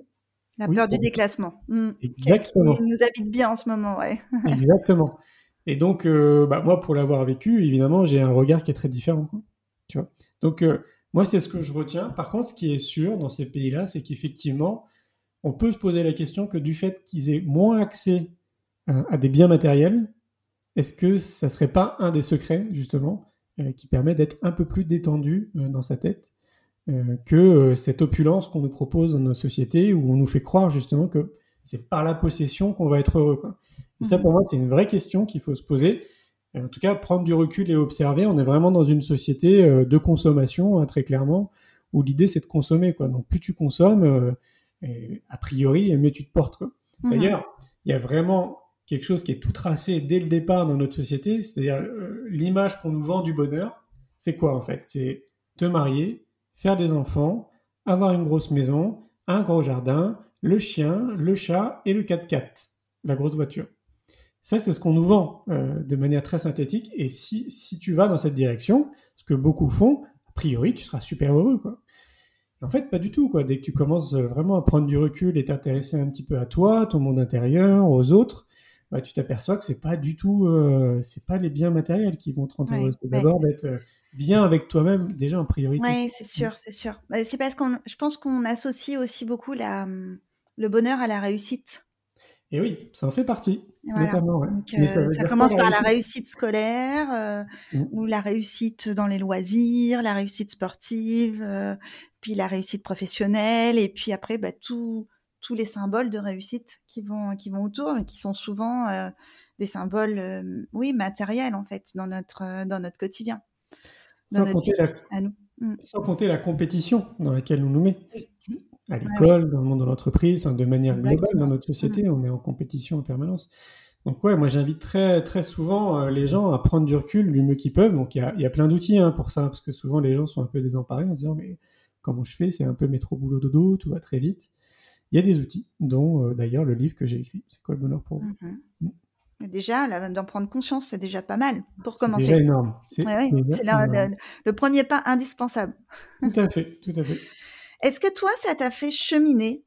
La oui, peur du pour- déclassement, mm. qui, qui exactement, nous habite bien en ce moment, ouais. exactement. Et donc, euh, bah, moi, pour l'avoir vécu, évidemment, j'ai un regard qui est très différent, quoi. Tu vois. Donc, euh, moi, c'est ce que je retiens. Par contre, ce qui est sûr dans ces pays-là, c'est qu'effectivement, on peut se poser la question que du fait qu'ils aient moins accès euh, à des biens matériels, est-ce que ça serait pas un des secrets, justement, euh, qui permet d'être un peu plus détendu euh, dans sa tête euh, que euh, cette opulence qu'on nous propose dans nos sociétés où on nous fait croire justement que c'est par la possession qu'on va être heureux, quoi. Et ça, Mhm. pour moi, c'est une vraie question qu'il faut se poser. Et en tout cas, prendre du recul et observer. On est vraiment dans une société euh, de consommation, hein, très clairement, où l'idée, c'est de consommer, quoi. Donc, plus tu consommes, euh, et, a priori, mieux tu te portes, quoi. Mhm. D'ailleurs, il y a vraiment quelque chose qui est tout tracé dès le départ dans notre société, c'est-à-dire euh, l'image qu'on nous vend du bonheur, c'est quoi en fait? C'est te marier, faire des enfants, avoir une grosse maison, un gros jardin, le chien, le chat et le quatre-quatre, la grosse voiture. Ça, c'est ce qu'on nous vend euh, de manière très synthétique. Et si, si tu vas dans cette direction, ce que beaucoup font, a priori, tu seras super heureux, quoi. En fait, pas du tout, quoi. Dès que tu commences vraiment à prendre du recul et t'intéresser un petit peu à toi, ton monde intérieur, aux autres, bah, tu t'aperçois que c'est pas du tout, euh, c'est pas les biens matériels qui vont te rendre Ouais, heureux. C'est ouais. d'abord d'être euh, bien avec toi-même, déjà en priorité. Ouais, c'est sûr, c'est sûr. Bah, c'est parce qu'on, je pense qu'on associe aussi beaucoup la, hum, le bonheur à la réussite. Et oui, ça en fait partie, Et voilà. notamment, ouais. Donc, Mais ça euh, veut ça dire quoi commence la par la réussite? réussite scolaire, euh, Mm. ou la réussite dans les loisirs, la réussite sportive, euh, puis la réussite professionnelle, et puis après, bah, tout, tous les symboles de réussite qui vont, qui vont autour, mais qui sont souvent euh, des symboles, euh, oui, matériels en fait, dans notre, euh, dans notre quotidien, dans Sans notre compter vie la, à nous. Mm. sans compter la compétition dans laquelle on nous met. Oui, À ouais, ouais, l'école, dans le monde de l'entreprise, enfin, de manière globale dans exactement. notre Mm. société, on est en compétition en permanence. Donc ouais, moi j'invite très très souvent euh, les gens à prendre du recul du mieux qu'ils peuvent. Donc il y a, il y a plein d'outils hein, pour ça, parce que souvent les gens sont un peu désemparés en se disant mais comment je fais? C'est un peu métro boulot dodo, tout va très vite. Il y a des outils, dont euh, d'ailleurs le livre que j'ai écrit, C'est quoi le bonheur pour vous? Mhm. Mm. Mais déjà, là, d'en prendre conscience, c'est déjà pas mal pour C'est déjà commencer. énorme. C'est Ouais, ouais, déjà c'est là, énorme. le, le premier pas indispensable. Tout à fait, tout à fait. Est-ce que toi, ça t'a fait cheminer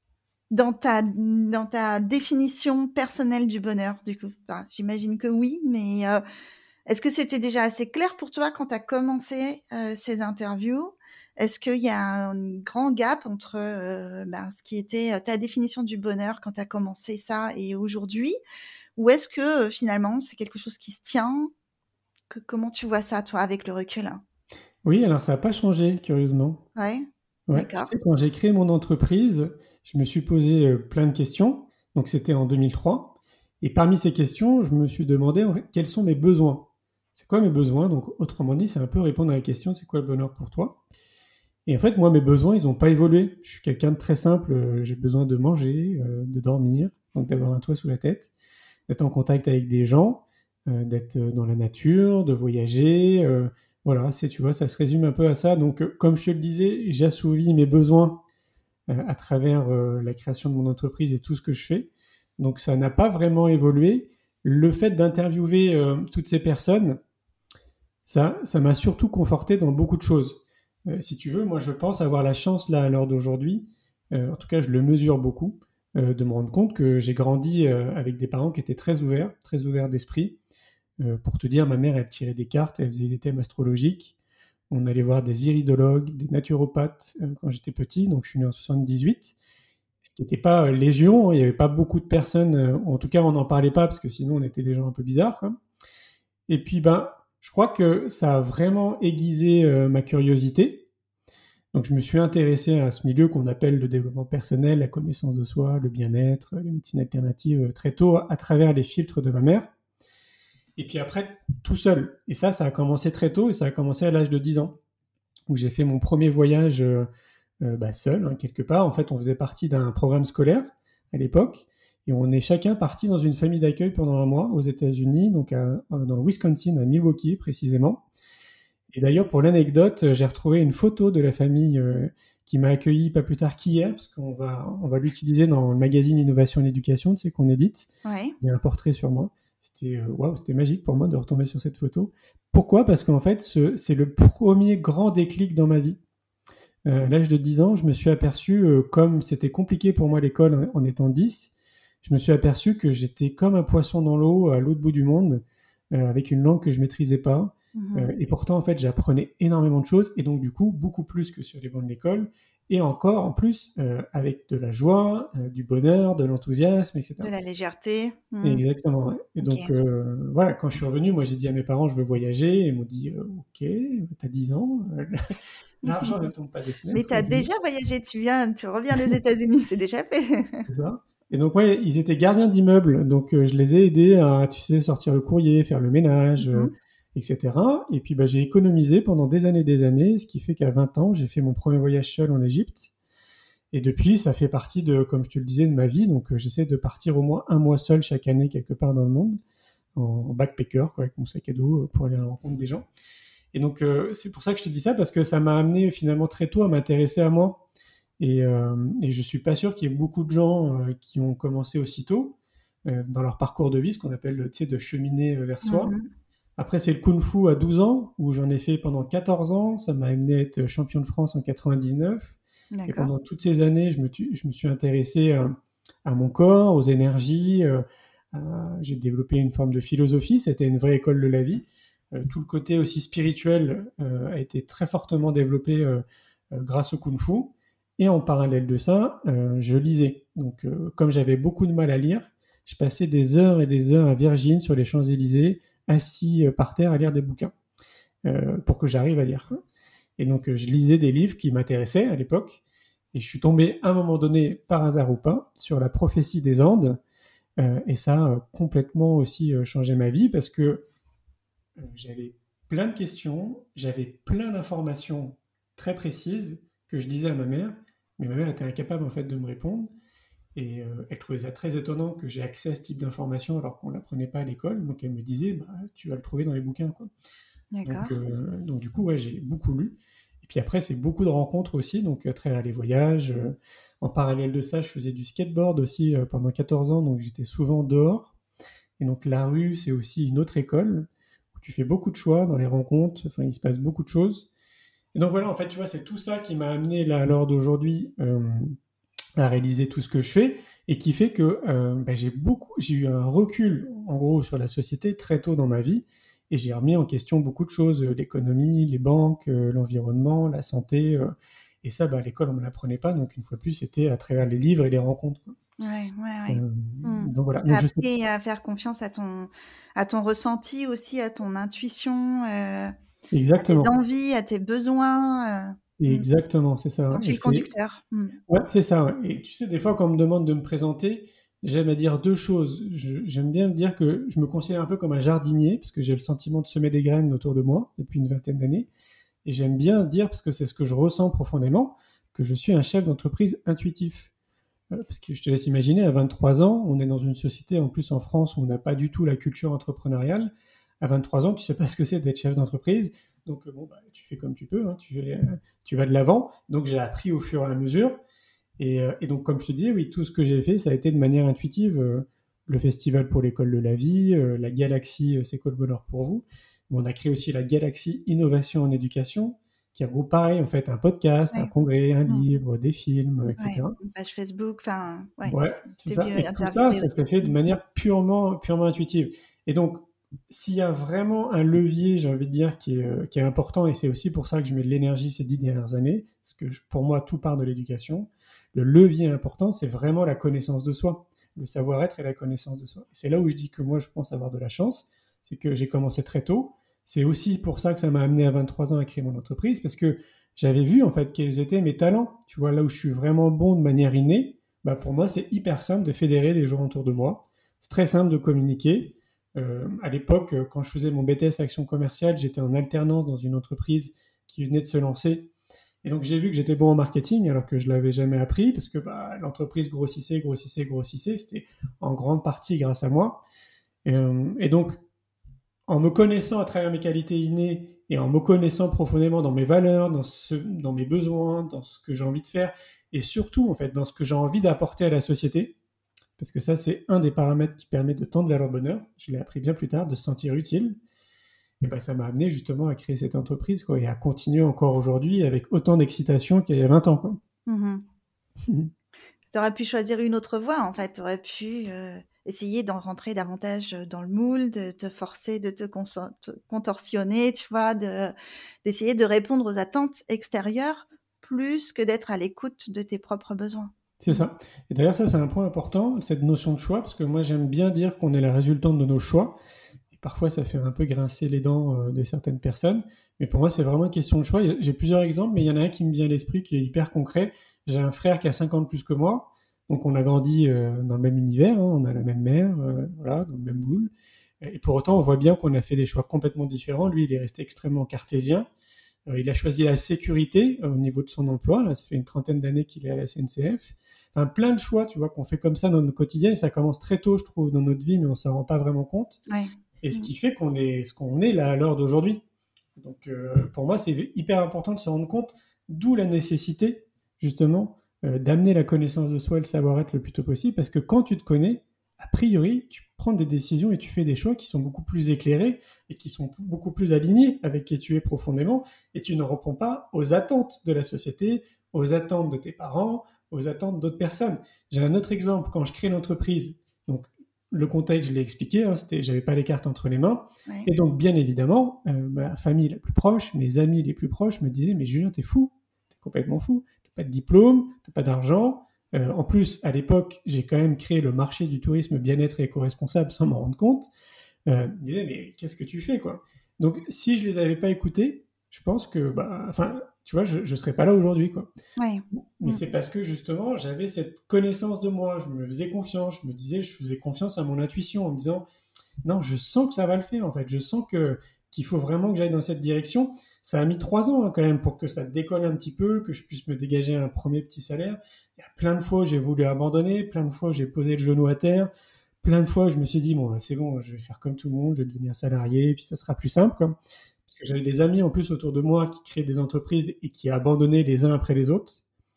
dans ta, dans ta définition personnelle du bonheur, du coup? Enfin, j'imagine que oui, mais euh, est-ce que c'était déjà assez clair pour toi quand tu as commencé euh, ces interviews? Est-ce qu'il y a un grand gap entre euh, ben, ce qui était euh, ta définition du bonheur quand tu as commencé ça et aujourd'hui? Ou est-ce que euh, finalement, c'est quelque chose qui se tient? Que, comment tu vois ça, toi, avec le recul? Oui, alors ça n'a pas changé, curieusement. Ouais, Ouais, tu d'accord. sais, quand j'ai créé mon entreprise, je me suis posé euh, plein de questions. Donc, c'était en deux mille trois. Et parmi ces questions, je me suis demandé en fait, quels sont mes besoins. C'est quoi mes besoins? Donc, autrement dit, c'est un peu répondre à la question, c'est quoi le bonheur pour toi? Et en fait, moi, mes besoins, ils n'ont pas évolué. Je suis quelqu'un de très simple. euh, J'ai besoin de manger, euh, de dormir, donc d'avoir un toit sous la tête, d'être en contact avec des gens. euh, d'être dans la nature, de voyager. Euh, voilà, c'est, tu vois, ça se résume un peu à ça. Donc, euh, comme je te le disais, j'assouvis mes besoins euh, à travers euh, la création de mon entreprise et tout ce que je fais. Donc, ça n'a pas vraiment évolué. Le fait d'interviewer euh, toutes ces personnes, ça, ça m'a surtout conforté dans beaucoup de choses. Euh, si tu veux, moi, je pense avoir la chance, là, à l'heure d'aujourd'hui, euh, en tout cas, je le mesure beaucoup, euh, de me rendre compte que j'ai grandi euh, avec des parents qui étaient très ouverts, très ouverts d'esprit. Euh, pour te dire, ma mère, elle tirait des cartes, elle faisait des thèmes astrologiques. On allait voir des iridologues, des naturopathes euh, quand j'étais petit, donc je suis né en soixante-dix-huit. Ce qui n'était pas euh, légion, il n'y avait pas beaucoup de personnes, euh, en tout cas on n'en parlait pas parce que sinon on était des gens un peu bizarres, quoi. Et puis ben, je crois que ça a vraiment aiguisé euh, ma curiosité. Donc je me suis intéressé à ce milieu qu'on appelle le développement personnel, la connaissance de soi, le bien-être, les médecines alternatives euh, très tôt à travers les filtres de ma mère. Et puis après, tout seul. Et ça, ça a commencé très tôt et ça a commencé à l'âge de dix ans, où j'ai fait mon premier voyage euh, euh, bah, seul, hein, quelque part. En fait, on faisait partie d'un programme scolaire à l'époque et on est chacun parti dans une famille d'accueil pendant un mois aux États-Unis, donc à, dans le Wisconsin, à Milwaukee précisément. Et d'ailleurs, pour l'anecdote, j'ai retrouvé une photo de la famille euh, qui m'a accueilli pas plus tard qu'hier, parce qu'on va, on va l'utiliser dans le magazine Innovation et Éducation, tu sais, qu'on édite. Ouais. Il y a un portrait sur moi. C'était, euh, waouh, c'était magique pour moi de retomber sur cette photo. Pourquoi ? Parce qu'en fait, ce, c'est le premier grand déclic dans ma vie. Euh, à l'âge de dix ans, je me suis aperçu, euh, comme c'était compliqué pour moi l'école en, en étant dix, je me suis aperçu que j'étais comme un poisson dans l'eau, à l'autre bout du monde, euh, avec une langue que je maîtrisais pas. Mhm. Euh, et pourtant, en fait, j'apprenais énormément de choses, et donc du coup, beaucoup plus que sur les bancs de l'école, et encore, en plus, euh, avec de la joie, euh, du bonheur, de l'enthousiasme, et cetera. De la légèreté. Mhm. Exactement. Ouais. Et Ok. donc, euh, voilà, quand je suis revenu, moi, j'ai dit à mes parents, je veux voyager, et ils m'ont dit, euh, ok, t'as dix ans, euh, l'argent ne tombe pas des fenêtres. Mais tu as déjà voyagé, tu viens, tu reviens des États-Unis, c'est déjà fait. C'est ça. Et donc, ouais, ils étaient gardiens d'immeubles, donc euh, je les ai aidés à, tu sais, sortir le courrier, faire le ménage, euh, Mhm. et cetera. Et puis, bah, j'ai économisé pendant des années et des années, ce qui fait qu'à vingt ans, j'ai fait mon premier voyage seul en Égypte. Et depuis, ça fait partie de, comme je te le disais, de ma vie. Donc, euh, j'essaie de partir au moins un mois seul chaque année quelque part dans le monde, en, en backpacker, quoi, avec mon sac à dos, euh, pour aller à la rencontre des gens. Et donc, euh, c'est pour ça que je te dis ça, parce que ça m'a amené finalement très tôt à m'intéresser à moi. Et, euh, et je suis pas sûr qu'il y ait beaucoup de gens euh, qui ont commencé aussitôt euh, dans leur parcours de vie, ce qu'on appelle, tu sais, de cheminer euh, vers soi. Mhm. Après, c'est le kung-fu à douze ans, où j'en ai fait pendant quatorze ans. Ça m'a amené à être champion de France en quatre-vingt-dix-neuf. Et D'accord. pendant toutes ces années, je me, tu- je me suis intéressé à, à mon corps, aux énergies. euh, à- j'ai développé une forme de philosophie. C'était une vraie école de la vie. Euh, tout le côté aussi spirituel euh, a été très fortement développé euh, euh, grâce au kung-fu. Et en parallèle de ça, euh, je lisais. Donc, euh, comme j'avais beaucoup de mal à lire, je passais des heures et des heures à Virgin sur les Champs-Élysées, assis euh, par terre à lire des bouquins, euh, pour que j'arrive à lire. Et donc, euh, je lisais des livres qui m'intéressaient à l'époque. Et je suis tombé à un moment donné, par hasard ou pas, sur la prophétie des Andes. Euh, et ça a complètement aussi euh, changé ma vie parce que euh, j'avais plein de questions, j'avais plein d'informations très précises que je disais à ma mère, mais ma mère était incapable en fait de me répondre. Et euh, elle trouvait ça très étonnant que j'ai accès à ce type d'informations alors qu'on ne l'apprenait pas à l'école. Donc elle me disait, bah, tu vas le trouver dans les bouquins, quoi. D'accord. Donc, euh, donc du coup, ouais, j'ai beaucoup lu. Et puis après, c'est beaucoup de rencontres aussi, donc à travers les voyages. Euh, en parallèle de ça, je faisais du skateboard aussi euh, pendant quatorze ans, donc j'étais souvent dehors. Et donc la rue, c'est aussi une autre école où tu fais beaucoup de choix dans les rencontres, enfin, il se passe beaucoup de choses. Et donc voilà, en fait, tu vois, c'est tout ça qui m'a amené là, à l'heure d'aujourd'hui, euh, à réaliser tout ce que je fais et qui fait que euh, bah, j'ai beaucoup, j'ai eu un recul en gros sur la société très tôt dans ma vie et j'ai remis en question beaucoup de choses, euh, l'économie, les banques, euh, l'environnement, la santé. Euh, et ça, bah, à l'école, on ne me l'apprenait pas. Donc, une fois de plus, c'était à travers les livres et les rencontres. Ouais, ouais, ouais. Euh, Mm. donc voilà. T'as Donc, je sais... appris à faire confiance à ton, à ton ressenti aussi, à ton intuition, euh, à tes Exactement. envies, à tes besoins. euh, mm. Exactement, c'est ça. Ton Et fil c'est... conducteur. Mm. Ouais, c'est ça. Ouais. Et tu sais, des fois, quand on me demande de me présenter, j'aime à dire deux choses. Je- j'aime bien dire que je me considère un peu comme un jardinier, parce que j'ai le sentiment de semer des graines autour de moi depuis une vingtaine d'années. Et j'aime bien dire, parce que c'est ce que je ressens profondément, que je suis un chef d'entreprise intuitif. Euh, parce que je te laisse imaginer, à vingt-trois ans, on est dans une société, en plus en France, où on n'a pas du tout la culture entrepreneuriale. À vingt-trois ans, tu sais pas ce que c'est d'être chef d'entreprise. Donc, euh, bon, bah, tu fais comme tu peux, hein, tu, fais, euh, tu vas de l'avant. Donc, j'ai appris au fur et à mesure. Et, euh, et donc, comme je te disais, oui, tout ce que j'ai fait, ça a été de manière intuitive. Euh, le Festival pour l'école de la vie, euh, la Galaxie, euh, c'est quoi le bonheur pour vous. On a créé aussi la Galaxie Innovation en éducation, qui regroupe pareil, en fait, un podcast, un Ouais. congrès, un Mmh. livre, des films, euh, Ouais, et cetera. une page Facebook, enfin, ouais, Ouais, je c'est t'ai ça. vu Et tout ça, interviewer ça aussi. s'est fait de Mmh. manière purement, purement intuitive. Et donc, s'il y a vraiment un levier, j'ai envie de dire, qui est, euh, qui est important, et c'est aussi pour ça que je mets de l'énergie ces dix dernières années, parce que je- pour moi, tout part de l'éducation. Le levier important, c'est vraiment la connaissance de soi, le savoir-être et la connaissance de soi. Et c'est là où je dis que moi, je pense avoir de la chance, c'est que j'ai commencé très tôt. C'est aussi pour ça que ça m'a amené à vingt-trois ans à créer mon entreprise, parce que j'avais vu en fait quels étaient mes talents. Tu vois, là où je suis vraiment bon de manière innée, bah pour moi, c'est hyper simple de fédérer les gens autour de moi. C'est très simple de communiquer. Euh, à l'époque, euh, quand je faisais mon B T S Action Commerciale, j'étais en alternance dans une entreprise qui venait de se lancer. Et donc, j'ai vu que j'étais bon en marketing alors que je ne l'avais jamais appris parce que bah, l'entreprise grossissait, grossissait, grossissait. C'était en grande partie grâce à moi. Et, euh, et donc, en me connaissant à travers mes qualités innées et en me connaissant profondément dans mes valeurs, dans, ce, dans mes besoins, dans ce que j'ai envie de faire et surtout, en fait, dans ce que j'ai envie d'apporter à la société, parce que ça, c'est un des paramètres qui permet de tendre vers le bonheur. Je l'ai appris bien plus tard, de se sentir utile. Et ben, ça m'a amené justement à créer cette entreprise quoi, et à continuer encore aujourd'hui avec autant d'excitation qu'il y a vingt ans. Quoi. Mmh. Tu aurais pu choisir une autre voie, en fait. Tu aurais pu euh, essayer d'en rentrer davantage dans le moule, de te forcer, de te, conso- te contorsionner, tu vois, de, d'essayer de répondre aux attentes extérieures plus que d'être à l'écoute de tes propres besoins. C'est ça. Et d'ailleurs, ça, c'est un point important, cette notion de choix, parce que moi, j'aime bien dire qu'on est la résultante de nos choix. Et parfois, ça fait un peu grincer les dents euh, de certaines personnes. Mais pour moi, c'est vraiment une question de choix. J'ai plusieurs exemples, mais il y en a un qui me vient à l'esprit qui est hyper concret. J'ai un frère qui a cinq ans de plus que moi. Donc, on a grandi euh, dans le même univers, hein, on a la même mère, euh, voilà, dans le même moule. Et pour autant, on voit bien qu'on a fait des choix complètement différents. Lui, il est resté extrêmement cartésien. Euh, il a choisi la sécurité euh, au niveau de son emploi. Là, ça fait une trentaine d'années qu'il est à la S N C F. Enfin, plein de choix, tu vois, qu'on fait comme ça dans notre quotidien. Et ça commence très tôt, je trouve, dans notre vie, mais on s'en rend pas vraiment compte. Ouais. Et ce qui fait qu'on est ce qu'on est là à l'heure d'aujourd'hui. Donc, euh, pour moi, c'est hyper important de se rendre compte, d'où la nécessité, justement, euh, d'amener la connaissance de soi et le savoir-être le plus tôt possible. Parce que quand tu te connais, a priori, tu prends des décisions et tu fais des choix qui sont beaucoup plus éclairés et qui sont beaucoup plus alignés avec qui tu es profondément. Et tu ne réponds pas aux attentes de la société, aux attentes de tes parents, aux attentes d'autres personnes. J'ai un autre exemple. Quand je crée l'entreprise, donc le contexte, je l'ai expliqué, hein, c'était, j'avais pas les cartes entre les mains. Ouais. Et donc, bien évidemment, euh, ma famille la plus proche, mes amis les plus proches me disaient « Mais Julien, t'es fou, t'es complètement fou. T'as pas de diplôme, t'as pas d'argent. Euh, en plus, à l'époque, j'ai quand même créé le marché du tourisme bien-être et éco-responsable sans m'en rendre compte. Euh, ils me disaient « Mais qu'est-ce que tu fais, quoi ?» Donc, si je les avais pas écoutés, je pense que, bah, enfin, tu vois, je, je serais pas là aujourd'hui, quoi. Ouais. Mais Mm. c'est parce que justement, j'avais cette connaissance de moi, je me faisais confiance, je me disais, je faisais confiance à mon intuition en me disant, non, je sens que ça va le faire en fait, je sens que qu'il faut vraiment que j'aille dans cette direction. Ça a mis trois ans hein, quand même pour que ça décolle un petit peu, que je puisse me dégager un premier petit salaire. Il y a plein de fois où j'ai voulu abandonner, plein de fois où j'ai posé le genou à terre, plein de fois où je me suis dit, bon, c'est bon, je vais faire comme tout le monde, je vais devenir salarié, puis ça sera plus simple. Quoi. Parce que j'avais des amis en plus autour de moi qui créaient des entreprises et qui abandonnaient les uns après les autres.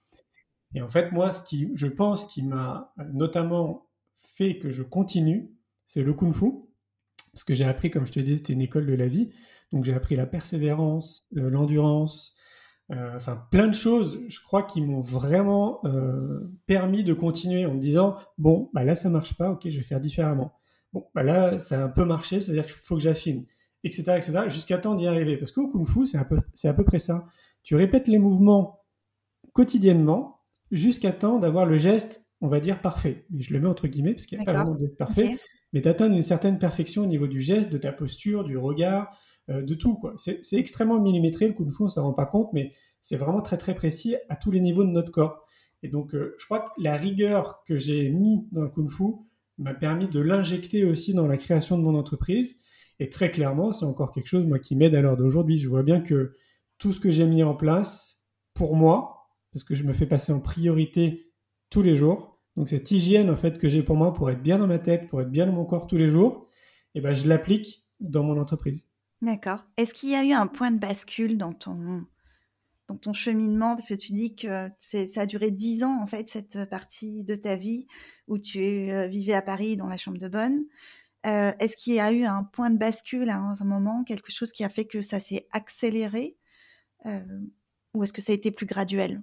Et en fait, moi, ce qui, je pense, qui m'a notamment fait que je continue, c'est le Kung Fu. Parce que j'ai appris, comme je te disais, c'était une école de la vie. Donc j'ai appris la persévérance, euh, l'endurance, euh, enfin plein de choses, je crois, qui m'ont vraiment euh, permis de continuer en me disant, bon, bah là, ça marche pas, ok, je vais faire différemment. Bon, bah là, ça a un peu marché, c'est-à-dire qu'il faut que j'affine, et cetera, et cetera, jusqu'à temps d'y arriver. Parce qu'au Kung Fu, c'est, un peu, c'est à peu près ça. Tu répètes les mouvements quotidiennement, jusqu'à temps d'avoir le geste, on va dire, parfait. Et je le mets entre guillemets, parce qu'il n'y a pas D'accord. vraiment de geste parfait, Ok. mais d'atteindre une certaine perfection au niveau du geste, de ta posture, du regard, euh, de tout. Quoi. C'est, c'est extrêmement millimétré, le Kung Fu, on ne s'en rend pas compte, mais c'est vraiment très très précis à tous les niveaux de notre corps. Et donc, euh, je crois que la rigueur que j'ai mis dans le Kung Fu m'a permis de l'injecter aussi dans la création de mon entreprise. Et très clairement, c'est encore quelque chose, moi, qui m'aide à l'heure d'aujourd'hui. Je vois bien que tout ce que j'ai mis en place, pour moi, parce que je me fais passer en priorité tous les jours, Donc cette hygiène en fait que j'ai pour moi, pour être bien dans ma tête, pour être bien dans mon corps tous les jours, et ben je l'applique dans mon entreprise. D'accord. Est-ce qu'il y a eu un point de bascule dans ton, dans ton cheminement? Parce que tu dis que c'est, ça a duré dix ans, en fait, cette partie de ta vie où tu euh, vivais à Paris dans la chambre de bonne. Euh, est-ce qu'il y a eu un point de bascule à un moment, quelque chose qui a fait que ça s'est accéléré euh, ou est-ce que ça a été plus graduel?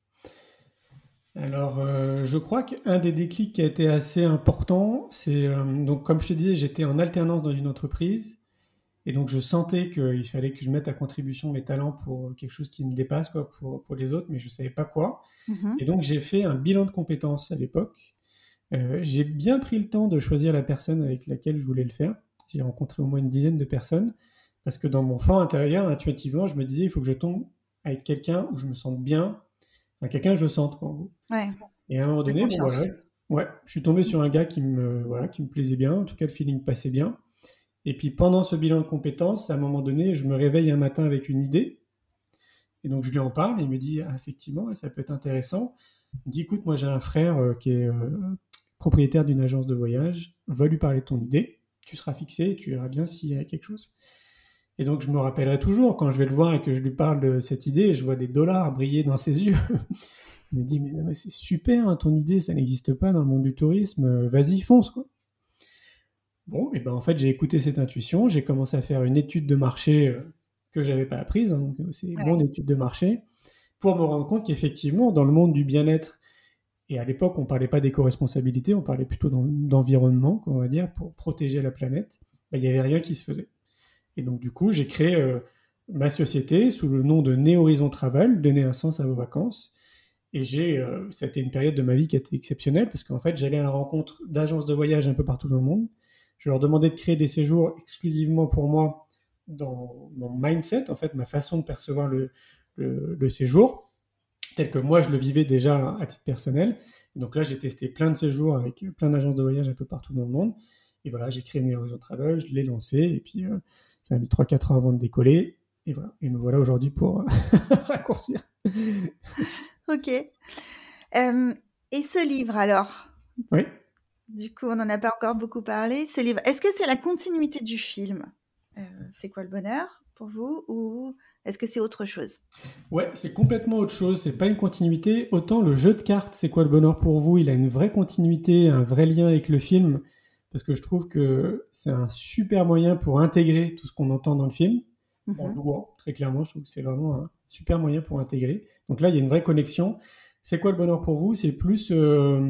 Alors, euh, je crois qu'un des déclics qui a été assez important, c'est euh, donc comme je te disais, j'étais en alternance dans une entreprise et donc je sentais qu'il fallait que je mette à contribution mes talents pour quelque chose qui me dépasse, quoi, pour, pour les autres, mais je ne savais pas quoi. Mhm. Et donc j'ai fait un bilan de compétences à l'époque. Euh, j'ai bien pris le temps de choisir la personne avec laquelle je voulais le faire. J'ai rencontré au moins une dizaine de personnes parce que dans mon fort intérieur, intuitivement, je me disais il faut que je tombe avec quelqu'un où je me sente bien, enfin, quelqu'un que je sente, quoi, en gros. Ouais, Et à un moment de donné, bon voilà, confiance. ouais, je suis tombé sur un gars qui me, voilà, qui me plaisait bien, en tout cas le feeling passait bien. Et puis pendant ce bilan de compétences, à un moment donné, je me réveille un matin avec une idée, et donc je lui en parle, et il me dit ah, effectivement, ça peut être intéressant. Il me dit écoute, moi j'ai un frère euh, qui est euh, propriétaire d'une agence de voyage, va lui parler de ton idée, tu seras fixé, et tu verras bien s'il y a quelque chose. Et donc je me rappellerai toujours quand je vais le voir et que je lui parle de cette idée, et je vois des dollars briller dans ses yeux. Il me dit, mais, mais c'est super, hein, ton idée, ça n'existe pas dans le monde du tourisme, euh, vas-y, fonce, quoi. Bon, et ben en fait, j'ai écouté cette intuition, j'ai commencé à faire une étude de marché euh, que j'avais pas apprise, hein, donc euh, c'est Ouais. mon étude de marché, pour me rendre compte qu'effectivement, dans le monde du bien-être, et à l'époque, on parlait pas d'éco-responsabilité, on parlait plutôt d'en- d'environnement, on va dire, pour protéger la planète, ben, il n'y avait rien qui se faisait. Et donc, du coup, j'ai créé euh, ma société sous le nom de Néhorizon Travel, donner un sens à vos vacances. Et j'ai, euh, ça a été une période de ma vie qui a été exceptionnelle parce qu'en fait, j'allais à la rencontre d'agences de voyage un peu partout dans le monde. Je leur demandais de créer des séjours exclusivement pour moi dans mon mindset, en fait, ma façon de percevoir le, le, le séjour, tel que moi je le vivais déjà à titre personnel. Et donc là, j'ai testé plein de séjours avec plein d'agences de voyage un peu partout dans le monde. Et voilà, j'ai créé mes réseaux travel, je l'ai lancé, et puis euh, ça a mis trois quatre ans avant de décoller. Et voilà, et me voilà aujourd'hui pour raccourcir. Ok. Euh, et ce livre alors? Oui. Du coup, on n'en a pas encore beaucoup parlé. Ce livre, est-ce que c'est la continuité du film? Euh, c'est quoi le bonheur pour vous ou est-ce que c'est autre chose? Ouais, c'est complètement autre chose, c'est pas une continuité. Autant le jeu de cartes, c'est quoi le bonheur pour vous, il a une vraie continuité, un vrai lien avec le film, parce que je trouve que c'est un super moyen pour intégrer tout ce qu'on entend dans le film, en Mhm. jouant, très clairement, je trouve que c'est vraiment un super moyen pour intégrer. Donc là, il y a une vraie connexion. C'est quoi le bonheur pour vous? C'est plus... euh,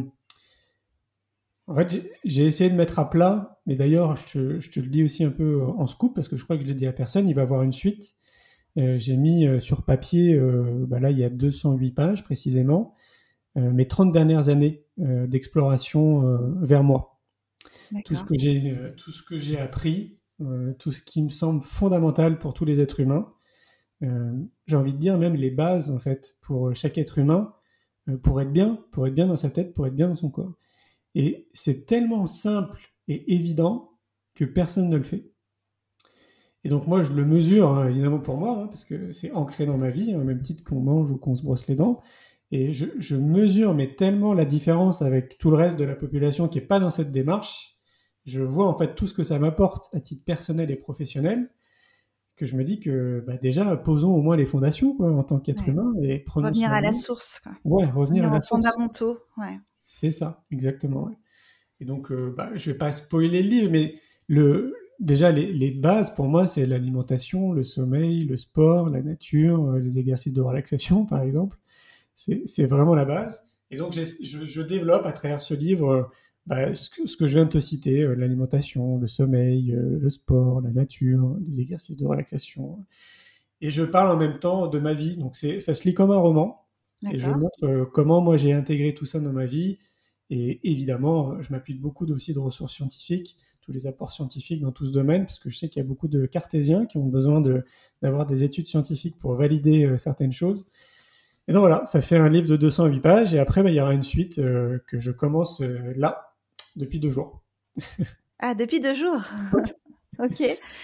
En fait, j'ai j'ai essayé de mettre à plat, mais d'ailleurs, je te, je te le dis aussi un peu en scoop, parce que je crois que je l'ai dit à personne, il va y avoir une suite. Euh, j'ai mis euh, sur papier, euh, bah là il y a deux cent huit pages précisément, euh, mes trente dernières années euh, d'exploration euh, vers moi. Tout ce D'accord. que j'ai, euh, tout ce que j'ai appris, euh, tout ce qui me semble fondamental pour tous les êtres humains. Euh, j'ai envie de dire même les bases en fait pour chaque être humain, euh, pour être bien, pour être bien dans sa tête, pour être bien dans son corps. Et c'est tellement simple et évident que personne ne le fait. Et donc moi, je le mesure, hein, évidemment pour moi, hein, parce que c'est ancré dans ma vie, hein, au même titre qu'on mange ou qu'on se brosse les dents. Et je, je mesure, mais tellement la différence avec tout le reste de la population qui n'est pas dans cette démarche, je vois en fait tout ce que ça m'apporte à titre personnel et professionnel, que je me dis que bah, déjà, posons au moins les fondations quoi, en tant qu'être Ouais. humain et prenons Revenir soin à de la nous. source, quoi. Ouais, revenir à Revenir la aux source. fondamentaux. Ouais. C'est ça, exactement. Ouais. Et donc, euh, bah, je vais pas spoiler le livre, mais le, déjà, les, les bases pour moi, c'est l'alimentation, le sommeil, le sport, la nature, euh, les exercices de relaxation, par exemple. C'est c'est vraiment la base. Et donc, j'ai- je, je développe à travers ce livre euh, bah, ce, que, ce que je viens de te citer, euh, l'alimentation, le sommeil, euh, le sport, la nature, les exercices de relaxation. Et je parle en même temps de ma vie. Donc, c'est, ça se lit comme un roman. Et je D'accord. montre euh, comment moi j'ai intégré tout ça dans ma vie. Et évidemment, je m'appuie beaucoup aussi de ressources scientifiques, tous les apports scientifiques dans tout ce domaine, parce que je sais qu'il y a beaucoup de cartésiens qui ont besoin de, d'avoir des études scientifiques pour valider euh, certaines choses. Et donc voilà, ça fait un livre de deux cent huit pages, et après, bah, il y aura une suite euh, que je commence euh, là, depuis deux jours. Ah, depuis deux jours. Ouais. Ok.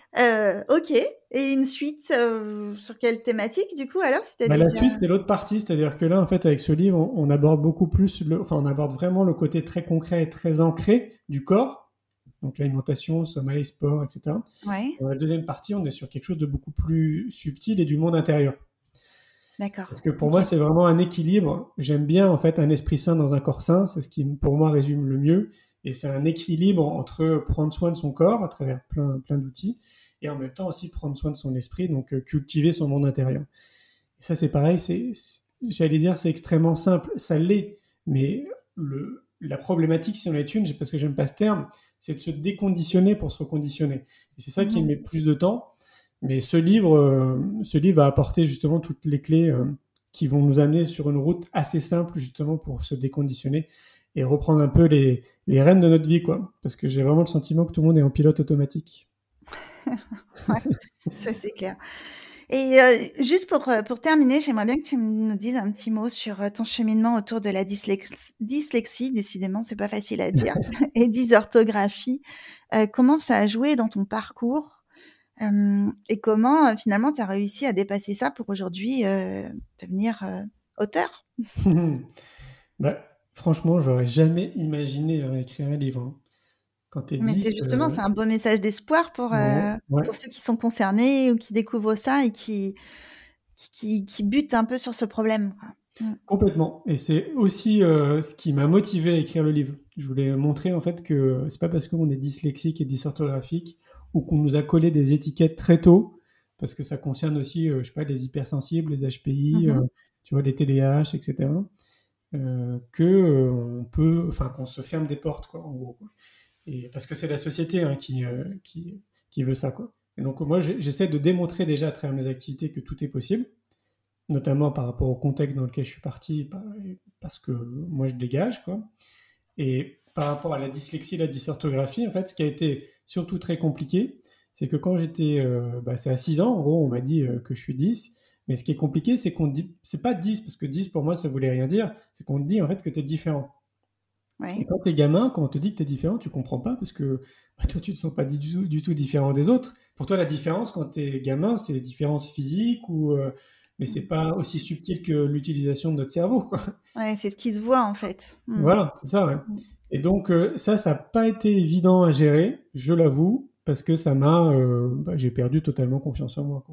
Euh, ok. Et une suite euh, sur quelle thématique du coup alors si t'as Bah, la déjà... suite, c'est l'autre partie, c'est-à-dire que là, en fait, avec ce livre, on, on aborde beaucoup plus, le, enfin, on aborde vraiment le côté très concret et très ancré du corps, donc l'alimentation, sommeil, sport, et cetera. Ouais, Dans la deuxième partie, on est sur quelque chose de beaucoup plus subtil et du monde intérieur. d'accord. Parce que pour Ok. moi, c'est vraiment un équilibre. J'aime bien, en fait, un esprit sain dans un corps sain. C'est ce qui, pour moi, résume le mieux. Et c'est un équilibre entre prendre soin de son corps à travers plein, plein d'outils et en même temps aussi prendre soin de son esprit, donc euh, cultiver son monde intérieur. Et ça, c'est pareil. C'est, c'est- j'allais dire, c'est extrêmement simple. Ça l'est. Mais le, la problématique, si on est une, parce que j'aime pas ce terme, c'est de se déconditionner pour se reconditionner. Et c'est ça qui Mhm. met plus de temps. Mais ce livre, euh, ce livre va apporter justement toutes les clés euh, qui vont nous amener sur une route assez simple justement pour se déconditionner et reprendre un peu les, les rênes de notre vie, quoi. Parce que j'ai vraiment le sentiment que tout le monde est en pilote automatique. Ouais, ça c'est clair. Et euh, juste pour, euh, pour terminer, j'aimerais bien que tu nous dises un petit mot sur euh, ton cheminement autour de la dyslex- dyslexie, décidément, c'est pas facile à dire, et dysorthographie. Euh, comment ça a joué dans ton parcours euh, et comment euh, finalement tu as réussi à dépasser ça pour aujourd'hui euh, devenir euh, auteur? Bah, franchement, j'aurais jamais imaginé euh, écrire un livre, hein. Quand t'es Mais c'est dix, justement, euh, c'est un beau message d'espoir pour, ouais, euh, ouais, pour ceux qui sont concernés ou qui découvrent ça et qui, qui, qui, qui butent un peu sur ce problème, quoi. Mm. complètement. Et c'est aussi euh, ce qui m'a motivé à écrire le livre. Je voulais montrer en fait que c'est pas parce qu'on est dyslexique et dysorthographique ou qu'on nous a collé des étiquettes très tôt, parce que ça concerne aussi, euh, je sais pas, les hypersensibles, les H P I, euh, Mhm. tu vois, les T D A H, et cetera. Euh, que euh, on peut, enfin, qu'on se ferme des portes, quoi, en gros, quoi. Et parce que c'est la société hein, qui, euh, qui qui veut ça, quoi. Et donc moi, j'ai- j'essaie de démontrer déjà à travers mes activités que tout est possible, notamment par rapport au contexte dans lequel je suis parti, parce que moi je dégage, quoi. Et par rapport à la dyslexie, la dysorthographie, en fait, ce qui a été surtout très compliqué, c'est que quand j'étais, euh, bah, c'est à six ans, en gros, on m'a dit euh, que je suis dix, mais ce qui est compliqué, c'est qu'on dit, c'est pas dix, parce que dix pour moi ça voulait rien dire, c'est qu'on te dit en fait que tu es différent. Et Ouais. quand tu es gamin, quand on te dit que tu es différent, tu comprends pas, parce que bah, toi tu te sens pas du tout, du tout différent des autres. Pour toi, la différence quand tu es gamin, c'est les différences physiques, ou, euh, mais c'est pas aussi subtil que l'utilisation de notre cerveau, quoi. Ouais, c'est ce qui se voit en fait. Mm. Voilà, c'est ça, ouais. Mm. Et donc, euh, ça, ça n'a pas été évident à gérer, je l'avoue, parce que ça m'a, euh, bah, j'ai perdu totalement confiance en moi, quoi.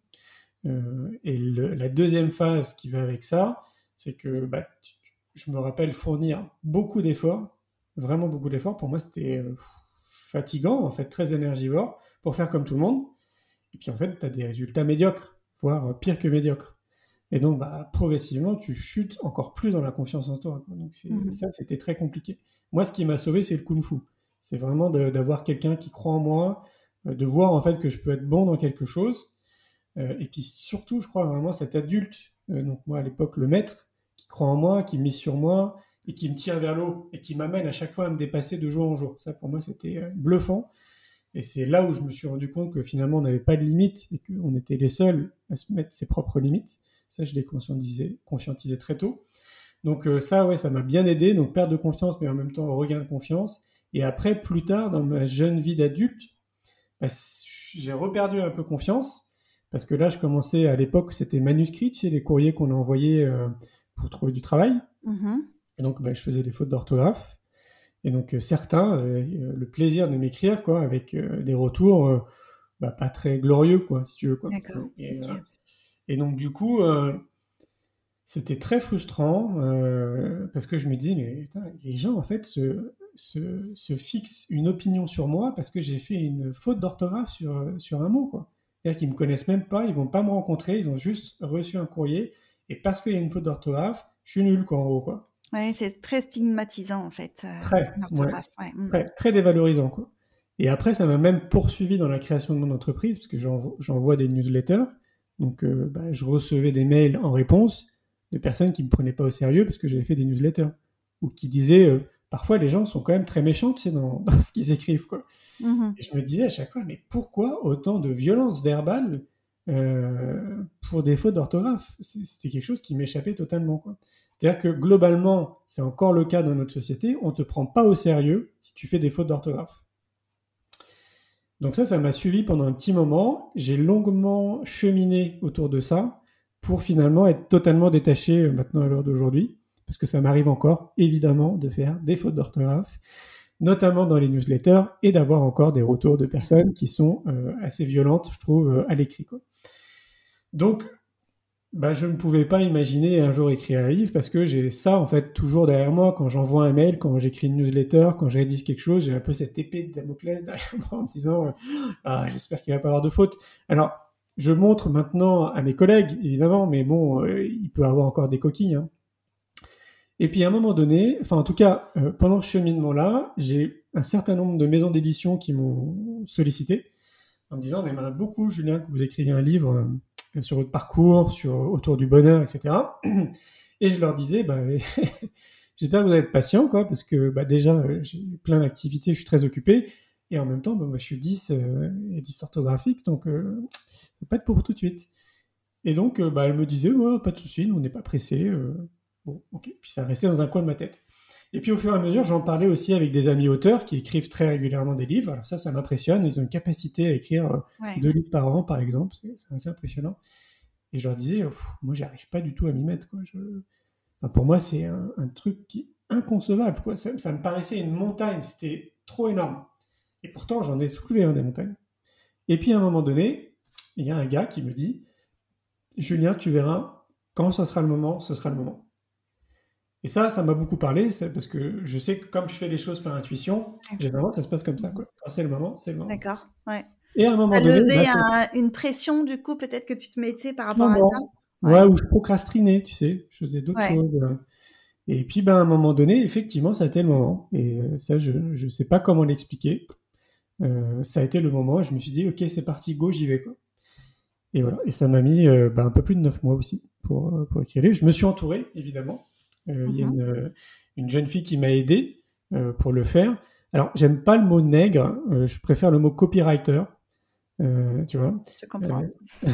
Euh, et le- la deuxième phase qui va avec ça, c'est que bah, tu- je me rappelle fournir beaucoup d'efforts, vraiment beaucoup d'efforts. Pour moi, c'était euh, fatigant, en fait, très énergivore, pour faire comme tout le monde. Et puis, en fait, tu as des résultats médiocres, voire euh, pire que médiocres. Et donc, bah, progressivement, tu chutes encore plus dans la confiance en toi, quoi. Donc, c'est, Mhm. ça, c'était très compliqué. Moi, ce qui m'a sauvé, c'est le kung-fu. C'est vraiment de- d'avoir quelqu'un qui croit en moi, euh, de voir en fait que je peux être bon dans quelque chose. Euh, et puis surtout, je crois vraiment cet adulte, euh, donc moi à l'époque le maître, qui croit en moi, qui mise sur moi et qui me tire vers le haut et qui m'amène à chaque fois à me dépasser de jour en jour. Ça, pour moi, c'était euh, bluffant. Et c'est là où je me suis rendu compte que finalement, on n'avait pas de limites et qu'on était les seuls à se mettre ses propres limites. Ça, je l'ai conscientisé, conscientisé très tôt. Donc euh, ça, ouais, ça m'a bien aidé. Donc perte de confiance, mais en même temps regain de confiance. Et après, plus tard, dans ma jeune vie d'adulte, bah, j'ai reperdu un peu confiance. Parce que là, je commençais à l'époque, c'était manuscrit, tu sais, les courriers qu'on a envoyés euh, pour trouver du travail. Mhm. Et donc, bah, je faisais des fautes d'orthographe. Et donc, euh, certains, euh, euh, le plaisir de m'écrire, quoi, avec euh, des retours euh, bah, pas très glorieux, quoi, si tu veux, quoi. D'accord. Et, euh, Ok. et donc, du coup, euh, c'était très frustrant euh, parce que je me disais, mais putain, les gens, en fait, se, se, se fixent une opinion sur moi parce que j'ai fait une faute d'orthographe sur, sur un mot, quoi. C'est-à-dire qu'ils me connaissent même pas, ils vont pas me rencontrer, ils ont juste reçu un courrier et parce qu'il y a une faute d'orthographe, je suis nul, quoi, en gros, quoi. Ouais, c'est très stigmatisant en fait, euh, Très, ouais, l'orthographe. Ouais. Mm. très, très dévalorisant, quoi. Et après, ça m'a même poursuivi dans la création de mon entreprise parce que j'envo- j'envoie des newsletters. Donc, euh, bah, je recevais des mails en réponse de personnes qui me prenaient pas au sérieux parce que j'avais fait des newsletters ou qui disaient, euh, parfois les gens sont quand même très méchants, tu sais, dans, dans ce qu'ils écrivent, quoi. Mhm. Et je me disais à chaque fois, mais pourquoi autant de violence verbale euh, pour des fautes d'orthographe? C'est- C'était quelque chose qui m'échappait totalement, quoi. C'est-à-dire que globalement, c'est encore le cas dans notre société, on ne te prend pas au sérieux si tu fais des fautes d'orthographe. Donc ça, ça m'a suivi pendant un petit moment. J'ai longuement cheminé autour de ça pour finalement être totalement détaché euh, maintenant à l'heure d'aujourd'hui, parce que ça m'arrive encore, évidemment, de faire des fautes d'orthographe, notamment dans les newsletters, et d'avoir encore des retours de personnes qui sont euh, assez violentes, je trouve, euh, à l'écrit, quoi. Donc, bah, je ne pouvais pas imaginer un jour écrire un livre parce que j'ai ça en fait toujours derrière moi. Quand j'envoie un mail, quand j'écris une newsletter, quand je rédige quelque chose, j'ai un peu cette épée de Damoclès derrière moi en me disant euh, ah, j'espère qu'il va pas avoir de faute. Alors, je montre maintenant à mes collègues, évidemment, mais bon, euh, il peut avoir encore des coquilles, hein. Et puis à un moment donné, enfin en tout cas, euh, pendant ce cheminement-là, j'ai un certain nombre de maisons d'édition qui m'ont sollicité en me disant on aimerait beaucoup, Julien, que vous écriviez un livre euh, sur votre parcours, sur, autour du bonheur, et cetera. Et je leur disais, bah, j'espère que vous allez être patient, quoi, parce que bah, déjà, euh, j'ai plein d'activités, je suis très occupé, et en même temps, bah, moi, je suis dix, euh, et dix orthographique, donc euh, ça va pas être pour tout de suite. Et donc, euh, bah, elle me disait, ouais, pas de souci, on n'est pas pressé. Euh, bon, ok. Puis ça restait dans un coin de ma tête. Et puis au fur et à mesure, j'en parlais aussi avec des amis auteurs qui écrivent très régulièrement des livres. Alors ça, ça m'impressionne. Ils ont une capacité à écrire euh, Ouais. deux livres par an, par exemple. C'est, c'est assez impressionnant. Et je leur disais, pff, moi, j'arrive pas du tout à m'y mettre, quoi. Je... Enfin, pour moi, c'est un, un truc qui est inconcevable, quoi. Ça, ça me paraissait une montagne. C'était trop énorme. Et pourtant, j'en ai soulevé hein, des montagnes. Et puis à un moment donné, il y a un gars qui me dit, Julien, tu verras, quand ce sera le moment, ce sera le moment. Et ça, ça m'a beaucoup parlé, c'est parce que je sais que comme je fais les choses par intuition, généralement, ça se passe comme ça, quoi. Quand c'est le moment, c'est le moment. D'accord, ouais. Et à un moment T'as donné, levé bah, un, une pression, du coup, peut-être que tu te mettais par rapport à ça? clairement, ouais, Ouais. où je procrastinais, tu sais, je faisais d'autres Ouais. choses. euh. Et puis, ben, à un moment donné, effectivement, ça a été le moment. Et euh, ça, je ne sais pas comment l'expliquer. Euh, ça a été le moment. Et je me suis dit, ok, c'est parti, go, j'y vais, quoi. Et voilà. Et ça m'a mis euh, ben, un peu plus de neuf mois aussi pour, euh, pour écrire. Je me suis entouré, évidemment. Euh, il y a Mhm. une, euh, une jeune fille qui m'a aidé euh, pour le faire. Alors, j'aime pas le mot nègre, euh, je préfère le mot copywriter, euh, tu vois. Je comprends. Euh,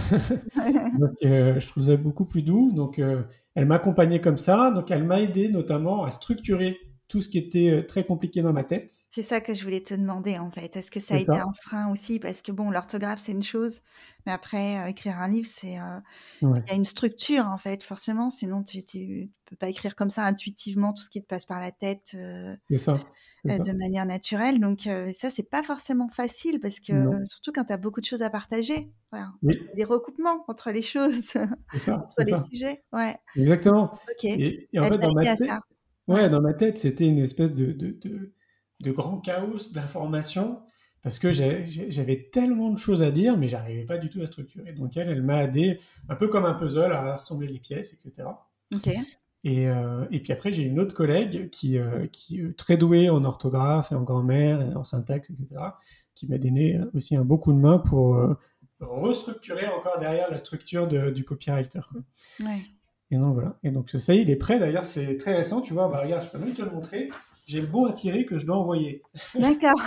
donc, euh, je trouve ça beaucoup plus doux. Donc, euh, elle m'accompagnait comme ça. Donc, elle m'a aidé notamment à structurer tout ce qui était euh, très compliqué dans ma tête. C'est ça que je voulais te demander, en fait. Est-ce que ça a C'est été ça. un frein aussi? Parce que bon, l'orthographe, c'est une chose, mais après, euh, écrire un livre, c'est, euh, Ouais. il y a une structure, en fait, forcément. Sinon, tu, tu peux pas écrire comme ça intuitivement tout ce qui te passe par la tête euh, C'est ça. C'est euh, ça. de manière naturelle. Donc, euh, ça, c'est pas forcément facile parce que, euh, Non. surtout quand tu as beaucoup de choses à partager. Voilà. Puis, Oui, il y a des recoupements entre les choses, c'est ça. entre C'est les ça. sujets. Ouais. Exactement. Ok. Et, et en Elle fait, t'a dans ma aidé à tête, ça. ouais, Ouais. dans ma tête, c'était une espèce de, de, de, de grand chaos d'informations parce que j'ai- j'ai- j'avais tellement de choses à dire, mais j'arrivais pas du tout à structurer. Donc elle, elle m'a aidé un peu comme un puzzle à rassembler les pièces, et cetera. Ok. Et, euh, et puis après, j'ai une autre collègue qui, euh, qui est très douée en orthographe et en grammaire et en syntaxe, et cetera, qui m'a donné aussi un beau coup de main pour euh, restructurer encore derrière la structure de- du copywriter, quoi. Ouais. Et donc voilà. Et donc ce ça y est, il est prêt. D'ailleurs, c'est très récent. Tu vois, bah regarde, je peux même te le montrer. J'ai le bon à tirer que je dois envoyer. D'accord.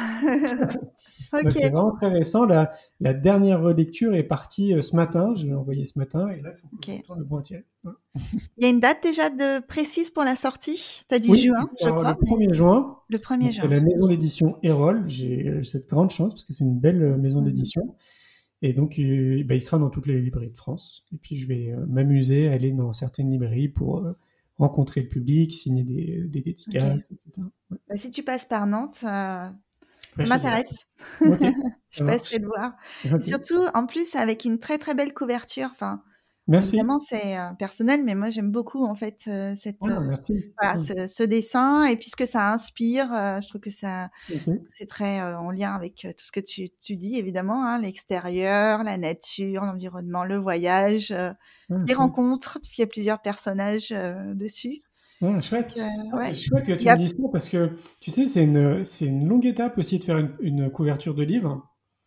Donc Ok. c'est vraiment très récent. La, la dernière relecture est partie euh, ce matin. Je l'ai envoyé ce matin. Et là, il faut que Ok. je retourne le bon à tirer. Voilà. Il y a une date déjà de précise pour la sortie? Tu as dit Oui, juin, je alors le crois, mais premier juin. le premier Donc c'est juin. la maison Ok. d'édition Erol. J'ai euh, cette grande chance parce que c'est une belle euh, maison Mhm. d'édition. Et donc, euh, bah, il sera dans toutes les librairies de France. Et puis, je vais euh, m'amuser à aller dans certaines librairies pour euh, rencontrer le public, signer des, des Ok. dédicaces, et cetera. Ouais. Bah, si tu passes par Nantes, euh, ça Après, je te dirai. m'intéresse. Ok, Je ça marche. passerai te voir. Ok. Surtout, en plus, avec une très très belle couverture. Enfin, Merci. évidemment, c'est euh, personnel, mais moi, j'aime beaucoup en fait euh, cette, euh, Ah, merci. voilà, Ah, ce, ce dessin et puis ce que ça inspire. Euh, je trouve que ça, ok. c'est très euh, en lien avec euh, tout ce que tu, tu dis, évidemment, hein, l'extérieur, la nature, l'environnement, le voyage, euh, Ah, les chouette. rencontres, puisqu'il y a plusieurs personnages euh, dessus. Ah, Donc, chouette. euh, Ah, c'est ouais. chouette que Il tu y me a... dises ça parce que, tu sais, c'est une, c'est une longue étape aussi de faire une, une couverture de livre.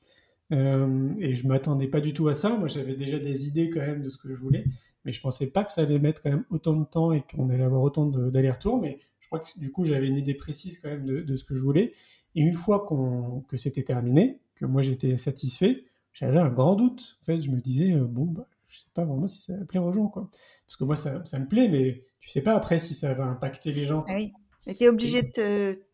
Euh, et je m'attendais pas du tout à ça. Moi, j'avais déjà des idées quand même de ce que je voulais, mais je pensais pas que ça allait mettre quand même autant de temps et qu'on allait avoir autant de- d'allers-retours. Mais je crois que du coup, j'avais une idée précise quand même de, de ce que je voulais. Et une fois qu'on, que c'était terminé, que moi j'étais satisfait, j'avais un grand doute. En fait, je me disais, euh, bon, bah, je sais pas vraiment si ça va plaire aux gens, quoi. Parce que moi, ça, ça me plaît, mais tu sais pas après si ça va impacter les gens, Ah quoi. oui. Tu es Et- obligé de te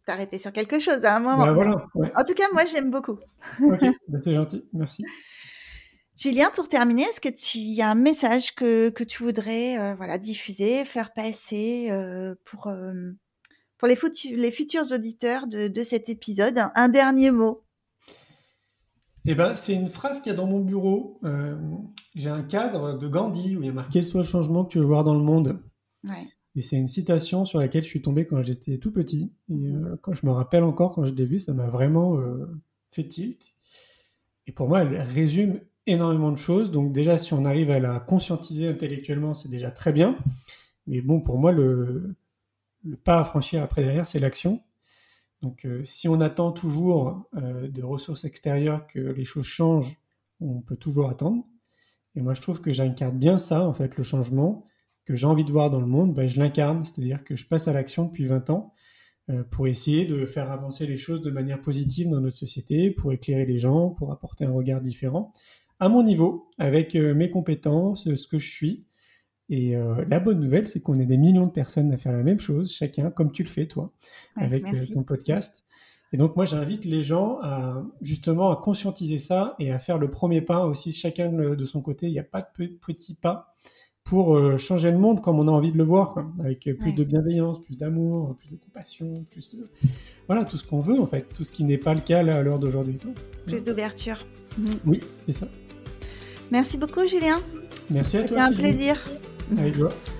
t'arrêter sur quelque chose à un moment. Bah, voilà, ouais. En tout cas, moi, j'aime beaucoup. Ok, bah, c'est gentil, merci. Julien, pour terminer, est-ce que tu y a un message que, que tu voudrais euh, voilà, diffuser, faire passer euh, pour, euh, pour les, foutu- les futurs auditeurs de, de cet épisode? Un, un dernier mot. Eh ben, c'est une phrase qu'il y a dans mon bureau. Euh, j'ai un cadre de Gandhi où il y a marqué « Sois le changement que tu veux voir dans le monde ». Ouais. Et c'est une citation sur laquelle je suis tombé quand j'étais tout petit. Et Mhm. euh, quand je me rappelle encore, quand je l'ai vue, ça m'a vraiment euh, fait tilt. Et pour moi, elle résume énormément de choses. Donc déjà, si on arrive à la conscientiser intellectuellement, c'est déjà très bien. Mais bon, pour moi, le, le pas à franchir après derrière, c'est l'action. Donc euh, si on attend toujours euh, de ressources extérieures que les choses changent, on peut toujours attendre. Et moi, je trouve que j'incarne bien ça, en fait, le changement que j'ai envie de voir dans le monde, ben, je l'incarne, c'est-à-dire que je passe à l'action depuis vingt ans euh, pour essayer de faire avancer les choses de manière positive dans notre société, pour éclairer les gens, pour apporter un regard différent, à mon niveau, avec euh, mes compétences, ce que je suis. Et euh, la bonne nouvelle, c'est qu'on est des millions de personnes à faire la même chose, chacun, comme tu le fais, toi, Ouais, avec euh, ton podcast. Et donc, moi, j'invite les gens à, justement, à conscientiser ça et à faire le premier pas aussi, chacun de son côté. Il n'y a pas de petits pas pour euh, changer le monde comme on a envie de le voir, quoi, avec plus Ouais. de bienveillance, plus d'amour, plus de compassion, plus de... Voilà, tout ce qu'on veut, en fait, tout ce qui n'est pas le cas là, à l'heure d'aujourd'hui. Plus d'ouverture. Mmh. Oui, c'est ça. Merci beaucoup, Julien. Merci à toi. C'était un plaisir. Avec joie.